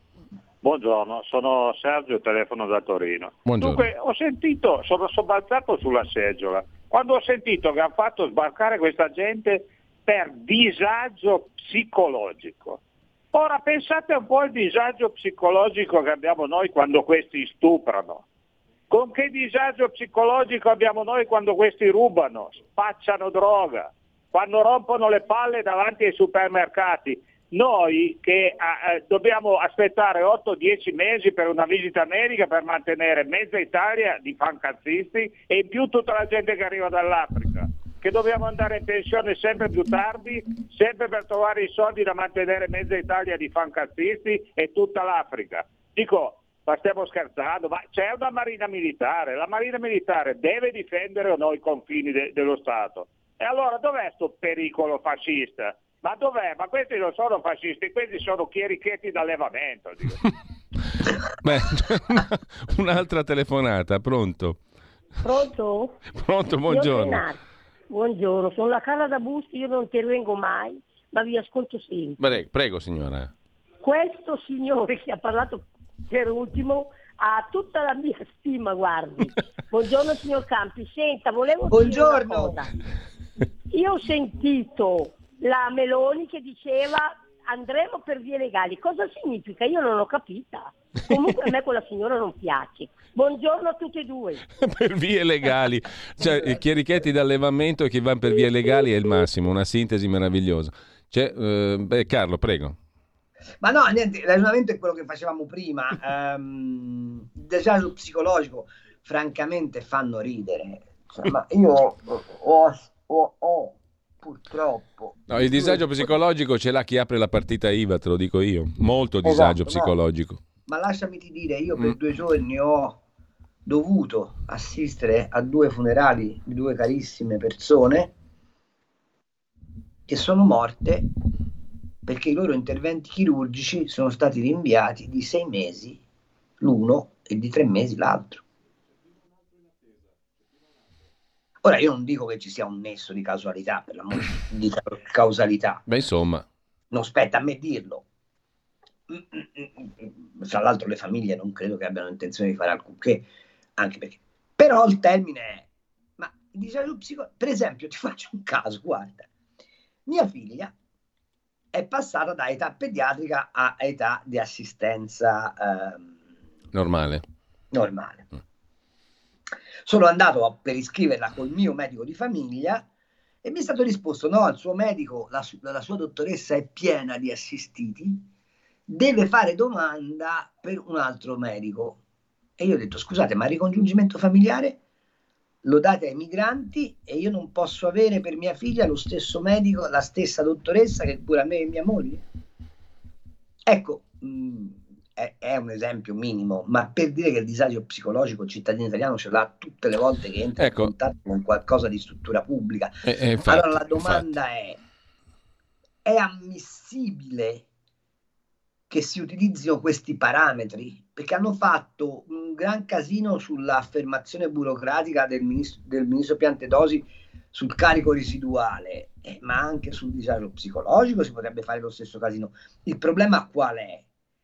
Buongiorno, sono Sergio, telefono da Torino. Buongiorno. Dunque, ho sentito, sono sobbalzato sulla seggiola, quando ho sentito che hanno fatto sbarcare questa gente per disagio psicologico. Ora pensate un po' al disagio psicologico che abbiamo noi quando questi stuprano. Con che disagio psicologico abbiamo noi quando questi rubano, spacciano droga, quando rompono le palle davanti ai supermercati. Noi che eh, dobbiamo aspettare otto dieci mesi per una visita medica per mantenere mezza Italia di fancazzisti e in più tutta la gente che arriva dall'Africa, che dobbiamo andare in pensione sempre più tardi, sempre per trovare i soldi da mantenere mezza Italia di fancazzisti e tutta l'Africa. Dico, ma stiamo scherzando? Ma c'è una marina militare, la marina militare deve difendere o no i confini de- dello Stato. E allora dov'è sto pericolo fascista? Ma dov'è? Ma questi non sono fascisti, questi sono chierichetti d'allevamento. Beh, un'altra telefonata, pronto? Pronto? Pronto, buongiorno. Buongiorno, sono la Carla da Busti, io non intervengo mai, ma vi ascolto sempre. Prego, prego signora. Questo signore che ha parlato per ultimo ha tutta la mia stima, guardi. Buongiorno signor Campi, senta, volevo Buongiorno. dire una cosa. Io ho sentito la Meloni che diceva andremo per vie legali. Cosa significa? Io non l'ho capita. Comunque a me quella signora non piace. Buongiorno a tutti e due. Per vie legali, cioè chierichetti d'allevamento e chi va per vie legali è il massimo, una sintesi meravigliosa. Cioè, eh, beh, Carlo, prego. Ma no, niente, il ragionamento è quello che facevamo prima. Um, il disagio psicologico, francamente, fanno ridere. Cioè, ma io ho, ho, ho purtroppo... No, il disagio psicologico ce l'ha chi apre la partita I V A, te lo dico io. Molto disagio esatto, psicologico. No. Ma lasciami ti dire, io per Mm. due giorni ho dovuto assistere a due funerali di due carissime persone che sono morte perché i loro interventi chirurgici sono stati rinviati di sei mesi l'uno e di tre mesi l'altro. Ora io non dico che ci sia un nesso di causalità, per l'amore di causalità. Beh, insomma. Non spetta a me dirlo. Tra l'altro le famiglie non credo che abbiano intenzione di fare alcunché, anche perché però il termine è, ma il disagio psicologico, per esempio ti faccio un caso, guarda, mia figlia è passata da età pediatrica a età di assistenza ehm, Normale. normale. Sono andato a, per iscriverla col mio medico di famiglia e mi è stato risposto no, il suo medico, la, su- la sua dottoressa è piena di assistiti, deve fare domanda per un altro medico. E io ho detto scusate, ma il ricongiungimento familiare lo date ai migranti e io non posso avere per mia figlia lo stesso medico, la stessa dottoressa che cura me e mia moglie? Ecco, mh, è, è un esempio minimo, ma per dire che il disagio psicologico il cittadino italiano ce l'ha tutte le volte che entra Ecco. in contatto con qualcosa di struttura pubblica. Eh, eh, infatti, allora la domanda è, è ammissibile che si utilizzino questi parametri? Perché hanno fatto un gran casino sull'affermazione burocratica del ministro, del ministro Piantedosi sul carico residuale, eh, ma anche sul disagio psicologico si potrebbe fare lo stesso casino. Il problema qual è?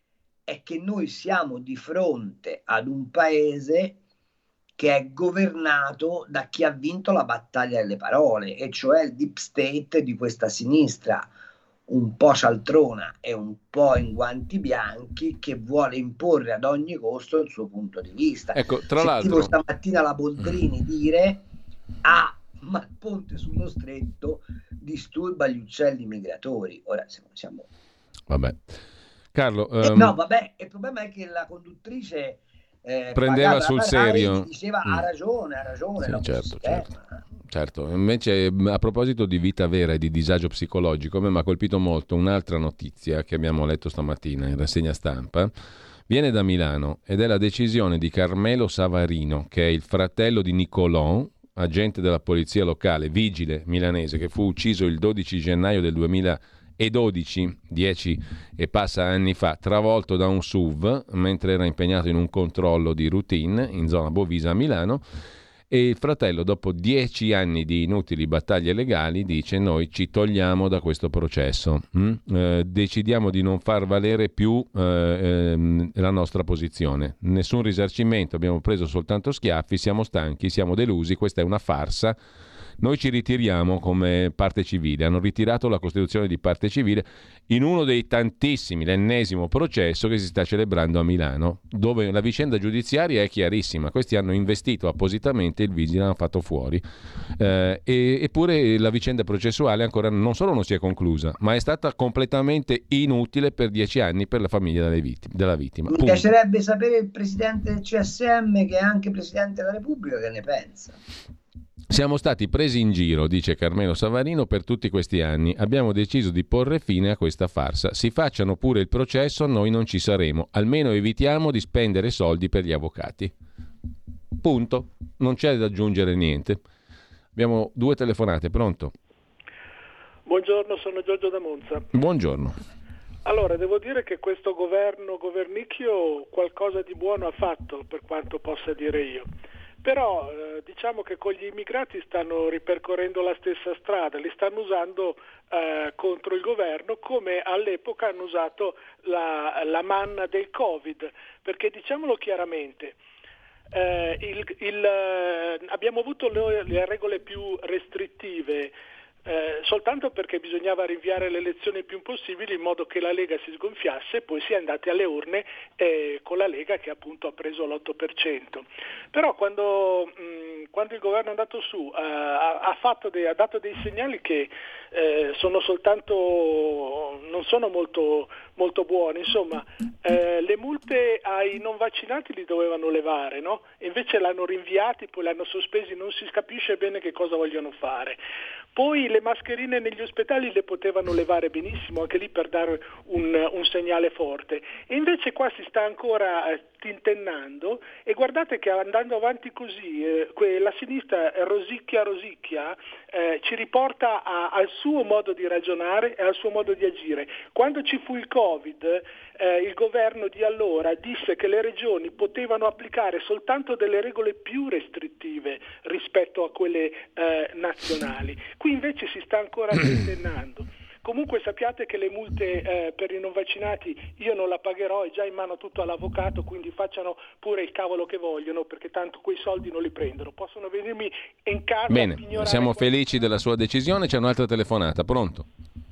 È che noi siamo di fronte ad un paese che è governato da chi ha vinto la battaglia delle parole, e cioè il deep state di questa sinistra un po' cialtrona e un po' in guanti bianchi, che vuole imporre ad ogni costo il suo punto di vista. Ecco, tra Sentivo l'altro stamattina la Boldrini dire ah, ma il ponte sullo stretto disturba gli uccelli migratori. Ora siamo, siamo... Vabbè. Carlo, Eh, ehm, no vabbè, il problema è che la conduttrice eh, prendeva pagata sul dalla Rai serio. diceva Mm. ha ragione, ha ragione Sì, la certo, sistema. certo. Certo, invece a proposito di vita vera e di disagio psicologico, a me mi ha colpito molto un'altra notizia che abbiamo letto stamattina in rassegna stampa. Viene da Milano ed è la decisione di Carmelo Savarino, che è il fratello di Nicolò, agente della polizia locale, vigile milanese, che fu ucciso il dodici gennaio del duemiladodici, dieci e passa anni fa, travolto da un S U V mentre era impegnato in un controllo di routine in zona Bovisa a Milano. E il fratello, dopo dieci anni di inutili battaglie legali, dice noi ci togliamo da questo processo, mm? eh, decidiamo di non far valere più eh, ehm, la nostra posizione. Nessun risarcimento, abbiamo preso soltanto schiaffi, siamo stanchi, siamo delusi, questa è una farsa. Noi ci ritiriamo come parte civile. Hanno ritirato la Costituzione di parte civile in uno dei tantissimi, l'ennesimo processo che si sta celebrando a Milano, dove la vicenda giudiziaria è chiarissima. Questi hanno investito appositamente il vigile, l'hanno fatto fuori. Eh, e, eppure la vicenda processuale ancora non solo non si è conclusa, ma è stata completamente inutile per dieci anni per la famiglia delle vittime, della vittima. Mi Punto. piacerebbe sapere il presidente del C S M, che è anche presidente della Repubblica, che ne pensa. Siamo stati presi in giro, dice Carmelo Savarino, per tutti questi anni. Abbiamo deciso di porre fine a questa farsa. Si facciano pure il processo, noi non ci saremo. Almeno evitiamo di spendere soldi per gli avvocati. Punto. Non c'è da aggiungere niente. Abbiamo due telefonate, pronto? Buongiorno, sono Giorgio da Monza. Buongiorno. Allora, devo dire che questo governo governicchio qualcosa di buono ha fatto, per quanto possa dire io. Però eh, diciamo che con gli immigrati stanno ripercorrendo la stessa strada, li stanno usando eh, contro il governo come all'epoca hanno usato la, la manna del Covid, perché diciamolo chiaramente, eh, il, il, eh, abbiamo avuto le, le regole più restrittive Eh, soltanto perché bisognava rinviare le elezioni il più possibile in modo che la Lega si sgonfiasse, poi si è andati alle urne eh, con la Lega che appunto ha preso l'otto per cento. Però quando, mh, quando il governo è andato su eh, ha, ha, fatto dei, ha dato dei segnali che eh, sono soltanto non sono molto, molto buoni, insomma eh, le multe ai non vaccinati li dovevano levare, no? E invece l'hanno rinviati, poi l'hanno sospesi, non si capisce bene che cosa vogliono fare. Poi le mascherine negli ospedali le potevano levare benissimo, anche lì per dare un, un segnale forte. E invece qua si sta ancora eh, tintennando e guardate che andando avanti così, eh, la sinistra rosicchia rosicchia, eh, ci riporta a, al suo modo di ragionare e al suo modo di agire. Quando ci fu il Covid, eh, il governo di allora disse che le regioni potevano applicare soltanto delle regole più restrittive rispetto a quelle eh, nazionali. Qui invece si sta ancora tentennando. Comunque sappiate che le multe eh, per i non vaccinati io non la pagherò, è già in mano tutto all'avvocato, quindi facciano pure il cavolo che vogliono, perché tanto quei soldi non li prendono. Possono venirmi in casa. Bene, siamo felici della sua decisione. C'è un'altra telefonata, pronto?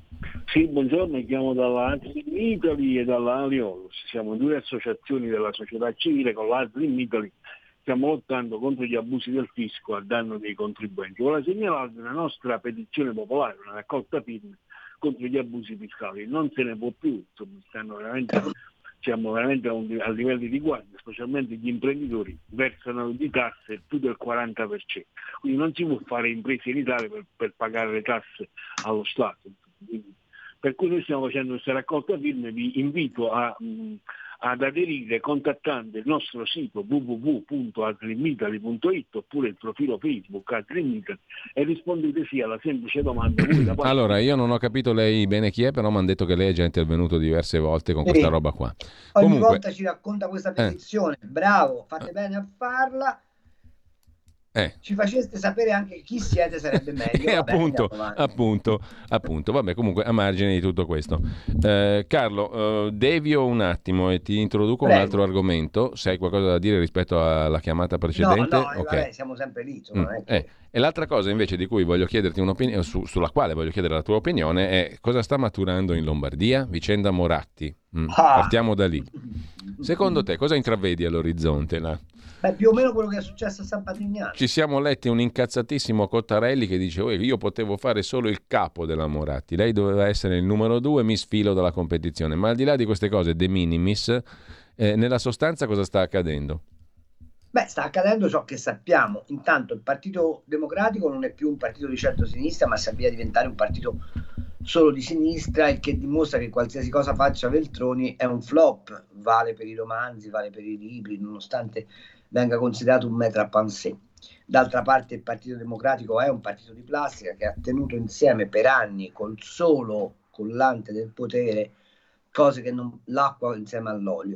Sì, buongiorno, chiamo dalla Azrim Italy e dalla Aliolus. Siamo due associazioni della società civile. Con l'Azrim Italy stiamo lottando contro gli abusi del fisco a danno dei contribuenti. Volevo segnalarvi una nostra petizione popolare, una raccolta firme contro gli abusi fiscali. Non se ne può più, insomma, stanno veramente, siamo veramente a, un, a livelli di guardia, specialmente gli imprenditori versano di tasse più del quaranta per cento. Quindi non si può fare imprese in Italia per, per pagare le tasse allo Stato. Quindi, per cui noi stiamo facendo questa raccolta firme, vi invito a, mh, ad aderire contattando il nostro sito w w w punto azrimitaly punto it oppure il profilo Facebook Azrimitaly e rispondete sì alla semplice domanda. Allora, io non ho capito lei bene chi è, però mi hanno detto che lei è già intervenuto diverse volte con sì. questa roba qua. Ogni Comunque, volta ci racconta questa petizione, eh. bravo, fate eh. bene a farla. Eh. Ci faceste sapere anche chi siete, sarebbe meglio. Vabbè, appunto, appunto, appunto. Vabbè, comunque a margine di tutto questo. Eh, Carlo, eh, devio un attimo e ti introduco Prego. un altro argomento. Se hai qualcosa da dire rispetto alla chiamata precedente. No, no, okay. vabbè, siamo sempre lì. Insomma, mm. che... eh. E l'altra cosa invece di cui voglio chiederti un'opinione, su, sulla quale voglio chiedere la tua opinione, è cosa sta maturando in Lombardia? Vicenda Moratti. Mm. Ah. Partiamo da lì. Secondo te cosa intravedi all'orizzonte là? Beh, più o meno quello che è successo a San Patrignano. Ci siamo letti un incazzatissimo Cottarelli che dice: oh, io potevo fare solo il capo della Moratti, lei doveva essere il numero due, mi sfilo dalla competizione. Ma al di là di queste cose de minimis, eh, nella sostanza cosa sta accadendo? Beh, sta accadendo ciò che sappiamo. Intanto il Partito Democratico non è più un partito di centro-sinistra, ma si avvia a diventare un partito solo di sinistra, il che dimostra che qualsiasi cosa faccia Veltroni è un flop. Vale per i romanzi, vale per i libri, nonostante venga considerato un maître à penser. D'altra parte il Partito Democratico è un partito di plastica che ha tenuto insieme per anni col solo collante del potere cose che non, l'acqua insieme all'olio.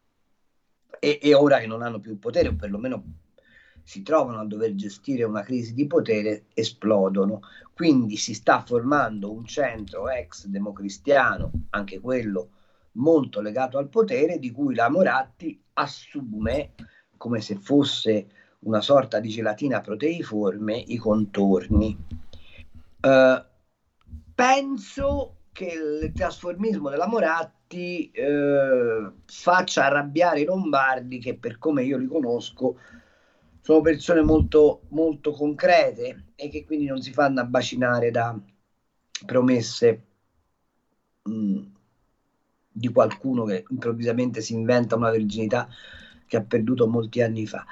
E, e ora che non hanno più il potere, o perlomeno si trovano a dover gestire una crisi di potere, esplodono. Quindi si sta formando un centro ex democristiano, anche quello molto legato al potere, di cui la Moratti assume, come se fosse una sorta di gelatina proteiforme, i contorni. Uh, penso che il trasformismo della Moratti uh, faccia arrabbiare i lombardi, che per come io li conosco sono persone molto, molto concrete e che quindi non si fanno abbacinare da promesse mh, di qualcuno che improvvisamente si inventa una virginità che ha perduto molti anni fa.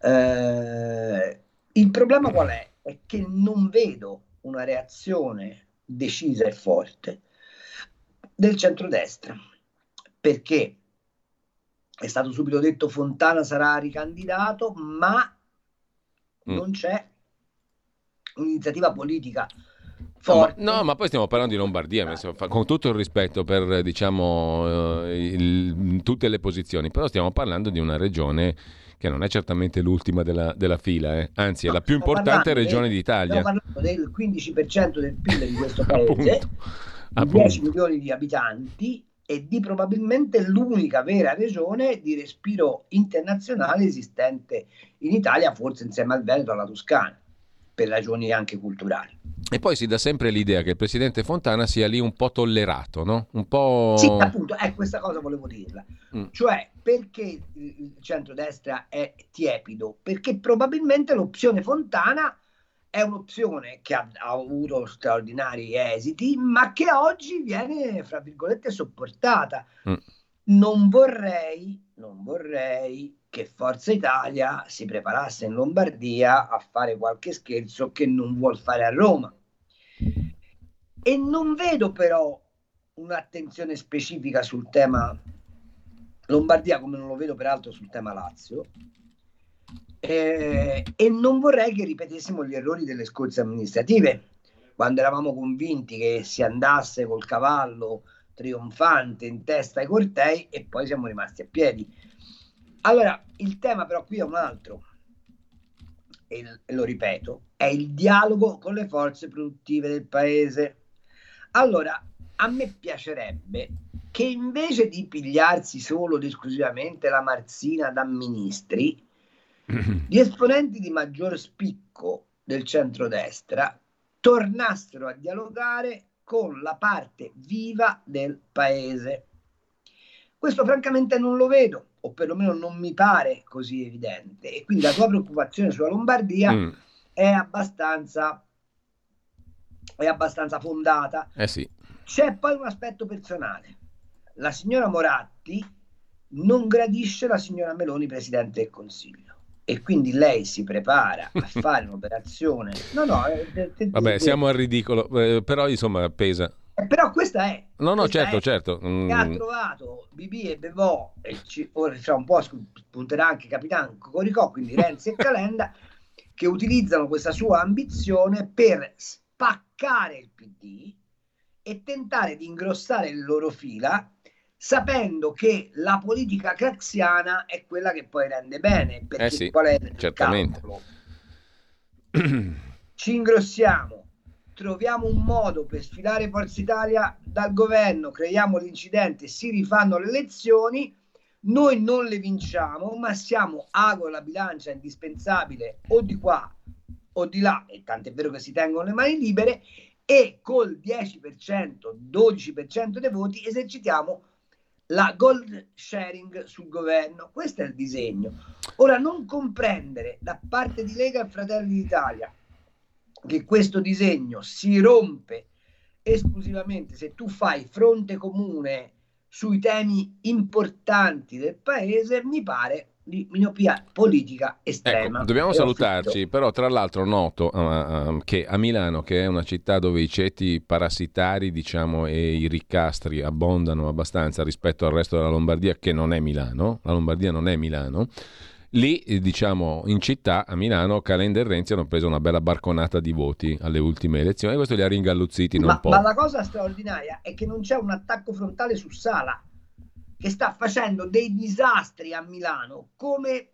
Eh, il problema qual è? È che non vedo una reazione decisa e forte del centrodestra, perché è stato subito detto Fontana sarà ricandidato, ma mm. non c'è un'iniziativa politica forte. No, ma, no, ma poi stiamo parlando di Lombardia, con tutto il rispetto per, diciamo, il, tutte le posizioni, però stiamo parlando di una regione che non è certamente l'ultima della, della fila, eh. Anzi è no, la più importante regione del, d'Italia. Stiamo parlando del quindici per cento del P I L di questo paese, appunto, di dieci milioni di abitanti e di probabilmente l'unica vera regione di respiro internazionale esistente in Italia, forse insieme al Veneto e alla Toscana, per ragioni anche culturali. E poi si dà sempre l'idea che il presidente Fontana sia lì un po' tollerato, no? Un po'... Sì, appunto, è questa cosa volevo dirla. Mm. Cioè, perché il centrodestra è tiepido? Perché probabilmente l'opzione Fontana è un'opzione che ha, ha avuto straordinari esiti, ma che oggi viene, fra virgolette, sopportata. Mm. Non vorrei, non vorrei che Forza Italia si preparasse in Lombardia a fare qualche scherzo che non vuol fare a Roma. E non vedo però un'attenzione specifica sul tema Lombardia, come non lo vedo peraltro sul tema Lazio, eh, e non vorrei che ripetessimo gli errori delle scorse amministrative, quando eravamo convinti che si andasse col cavallo trionfante in testa ai cortei e poi siamo rimasti a piedi. Allora, il tema però qui è un altro, e lo ripeto, è il dialogo con le forze produttive del paese. Allora, a me piacerebbe che invece di pigliarsi solo ed esclusivamente la marzina da ministri, gli esponenti di maggior spicco del centrodestra tornassero a dialogare con la parte viva del paese. Questo francamente non lo vedo, o perlomeno non mi pare così evidente, e quindi la tua preoccupazione sulla Lombardia mm. è abbastanza è abbastanza fondata. Eh sì. C'è poi un aspetto personale. La signora Moratti non gradisce la signora Meloni presidente del Consiglio e quindi lei si prepara a fare un'operazione. No, no. Te, te, Vabbè, te, siamo al ridicolo, eh, però insomma pesa. Eh, però questa è. No, no, questa certo, è, certo. Mm. Che ha trovato Bibì e Bevò, e ci, ora fra un po' spunterà anche Capitan Cocoricò, quindi Renzi e Calenda, che utilizzano questa sua ambizione per spaccare il P D e tentare di ingrossare le loro fila, sapendo che la politica craxiana è quella che poi rende bene, perché eh sì, qual è certamente. Ci ingrossiamo, troviamo un modo per sfilare Forza Italia dal governo, creiamo l'incidente, si rifanno le elezioni, noi non le vinciamo, ma siamo ago alla bilancia indispensabile o di qua o di là, e tant'è vero che si tengono le mani libere, e col dieci per cento, dodici per cento dei voti esercitiamo la gold sharing sul governo. Questo è il disegno. Ora, non comprendere da parte di Lega e Fratelli d'Italia che questo disegno si rompe esclusivamente se tu fai fronte comune sui temi importanti del paese, mi pare di miopia politica estrema. Ecco, dobbiamo e salutarci, però tra l'altro noto uh, uh, che a Milano, che è una città dove i ceti parassitari, diciamo, e i ricastri abbondano abbastanza rispetto al resto della Lombardia, che non è Milano, la Lombardia non è Milano, lì, diciamo, in città, a Milano, Calenda e Renzi hanno preso una bella barconata di voti alle ultime elezioni, e questo li ha ringalluzziti non ma, poco. Ma la cosa straordinaria è che non c'è un attacco frontale su Sala, che sta facendo dei disastri a Milano, come...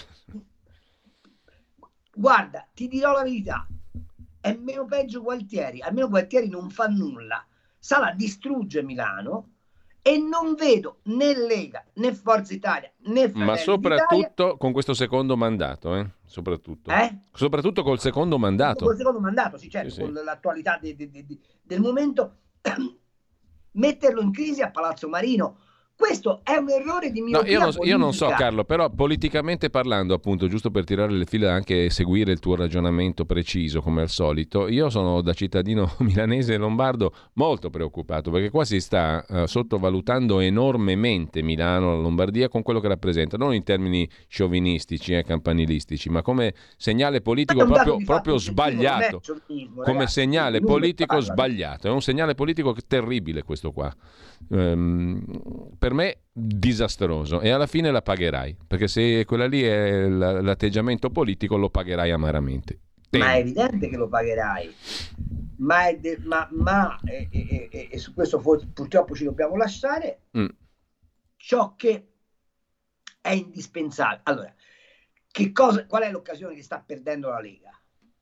Guarda, ti dirò la verità, è meno peggio Gualtieri, almeno Gualtieri non fa nulla, Sala distrugge Milano, e non vedo né Lega, né Forza Italia, né Fratelli Ma soprattutto d'Italia... con questo secondo mandato, eh? Soprattutto. Eh? Soprattutto col secondo mandato. Col secondo mandato, sì, certo, sì, sì. Con l'attualità de, de, de, de, del momento, metterlo in crisi a Palazzo Marino. Questo è un errore di miopia no, io, non, politica. io non so, Carlo, però politicamente parlando, appunto, giusto per tirare le fila anche e seguire il tuo ragionamento preciso, come al solito, io sono da cittadino milanese e lombardo molto preoccupato, perché qua si sta uh, sottovalutando enormemente Milano, la Lombardia, con quello che rappresenta, non in termini sciovinistici e eh, campanilistici, ma come segnale politico proprio, proprio sbagliato. Come ragazzi, segnale politico sbagliato. È un segnale politico terribile questo qua. Um, per me disastroso, e alla fine la pagherai, perché se quella lì è l'atteggiamento politico lo pagherai amaramente. Ma è evidente che lo pagherai. ma, è de, ma, ma e, e, e, e su questo for, purtroppo ci dobbiamo lasciare, mm. ciò che è indispensabile. Allora, che cosa, qual è l'occasione che sta perdendo la Lega?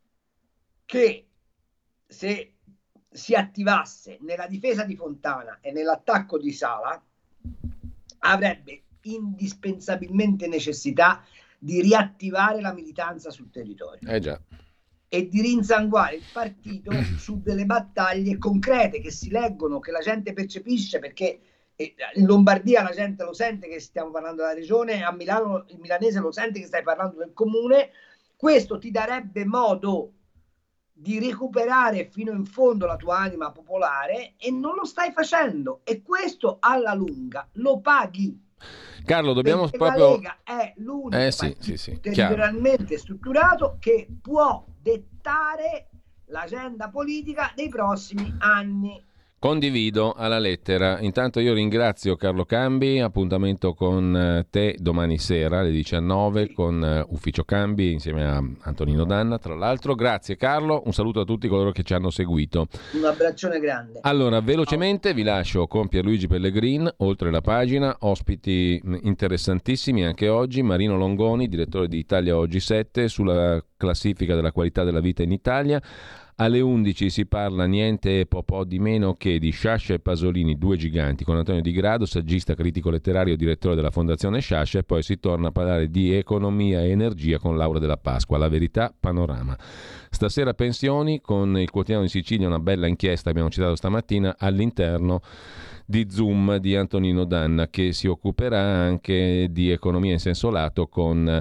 Che se si attivasse nella difesa di Fontana e nell'attacco di Sala, avrebbe indispensabilmente necessità di riattivare la militanza sul territorio. Eh già. E di rinsanguare il partito su delle battaglie concrete che si leggono, che la gente percepisce, perché in Lombardia la gente lo sente che stiamo parlando della regione, a Milano il milanese lo sente che stai parlando del comune. Questo ti darebbe modo di recuperare fino in fondo la tua anima popolare e non lo stai facendo, e questo alla lunga lo paghi. Carlo, dobbiamo perché proprio... la Lega è l'unico eh, sì, partito sì, sì, territorialmente strutturato che può dettare l'agenda politica dei prossimi anni. Condivido alla lettera. Intanto io ringrazio Carlo Cambi, appuntamento con te domani sera alle diciannove con Ufficio Cambi insieme a Antonino Danna, tra l'altro. Grazie Carlo, un saluto a tutti coloro che ci hanno seguito. Un abbraccione grande. Allora, velocemente vi lascio con Pierluigi Pellegrin, oltre la pagina, ospiti interessantissimi anche oggi, Marino Longoni, direttore di Italia Oggi sette, sulla classifica della qualità della vita in Italia. Alle undici si parla niente po' po' di meno che di Sciascia e Pasolini, due giganti, con Antonio Di Grado, saggista, critico letterario, direttore della Fondazione Sciascia, e poi si torna a parlare di economia e energia con Laura Della Pasqua, La Verità, Panorama. Stasera pensioni, con il Quotidiano di Sicilia, una bella inchiesta, abbiamo citato stamattina, all'interno di Zoom di Antonino Danna, che si occuperà anche di economia in senso lato con...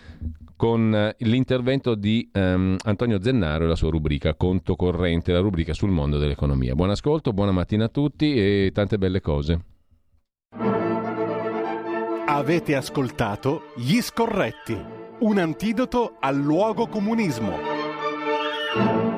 con l'intervento di um, Antonio Zennaro e la sua rubrica Conto Corrente, la rubrica sul mondo dell'economia. Buon ascolto, buona mattina a tutti e tante belle cose. Avete ascoltato Gli Scorretti, un antidoto al luogo comunismo.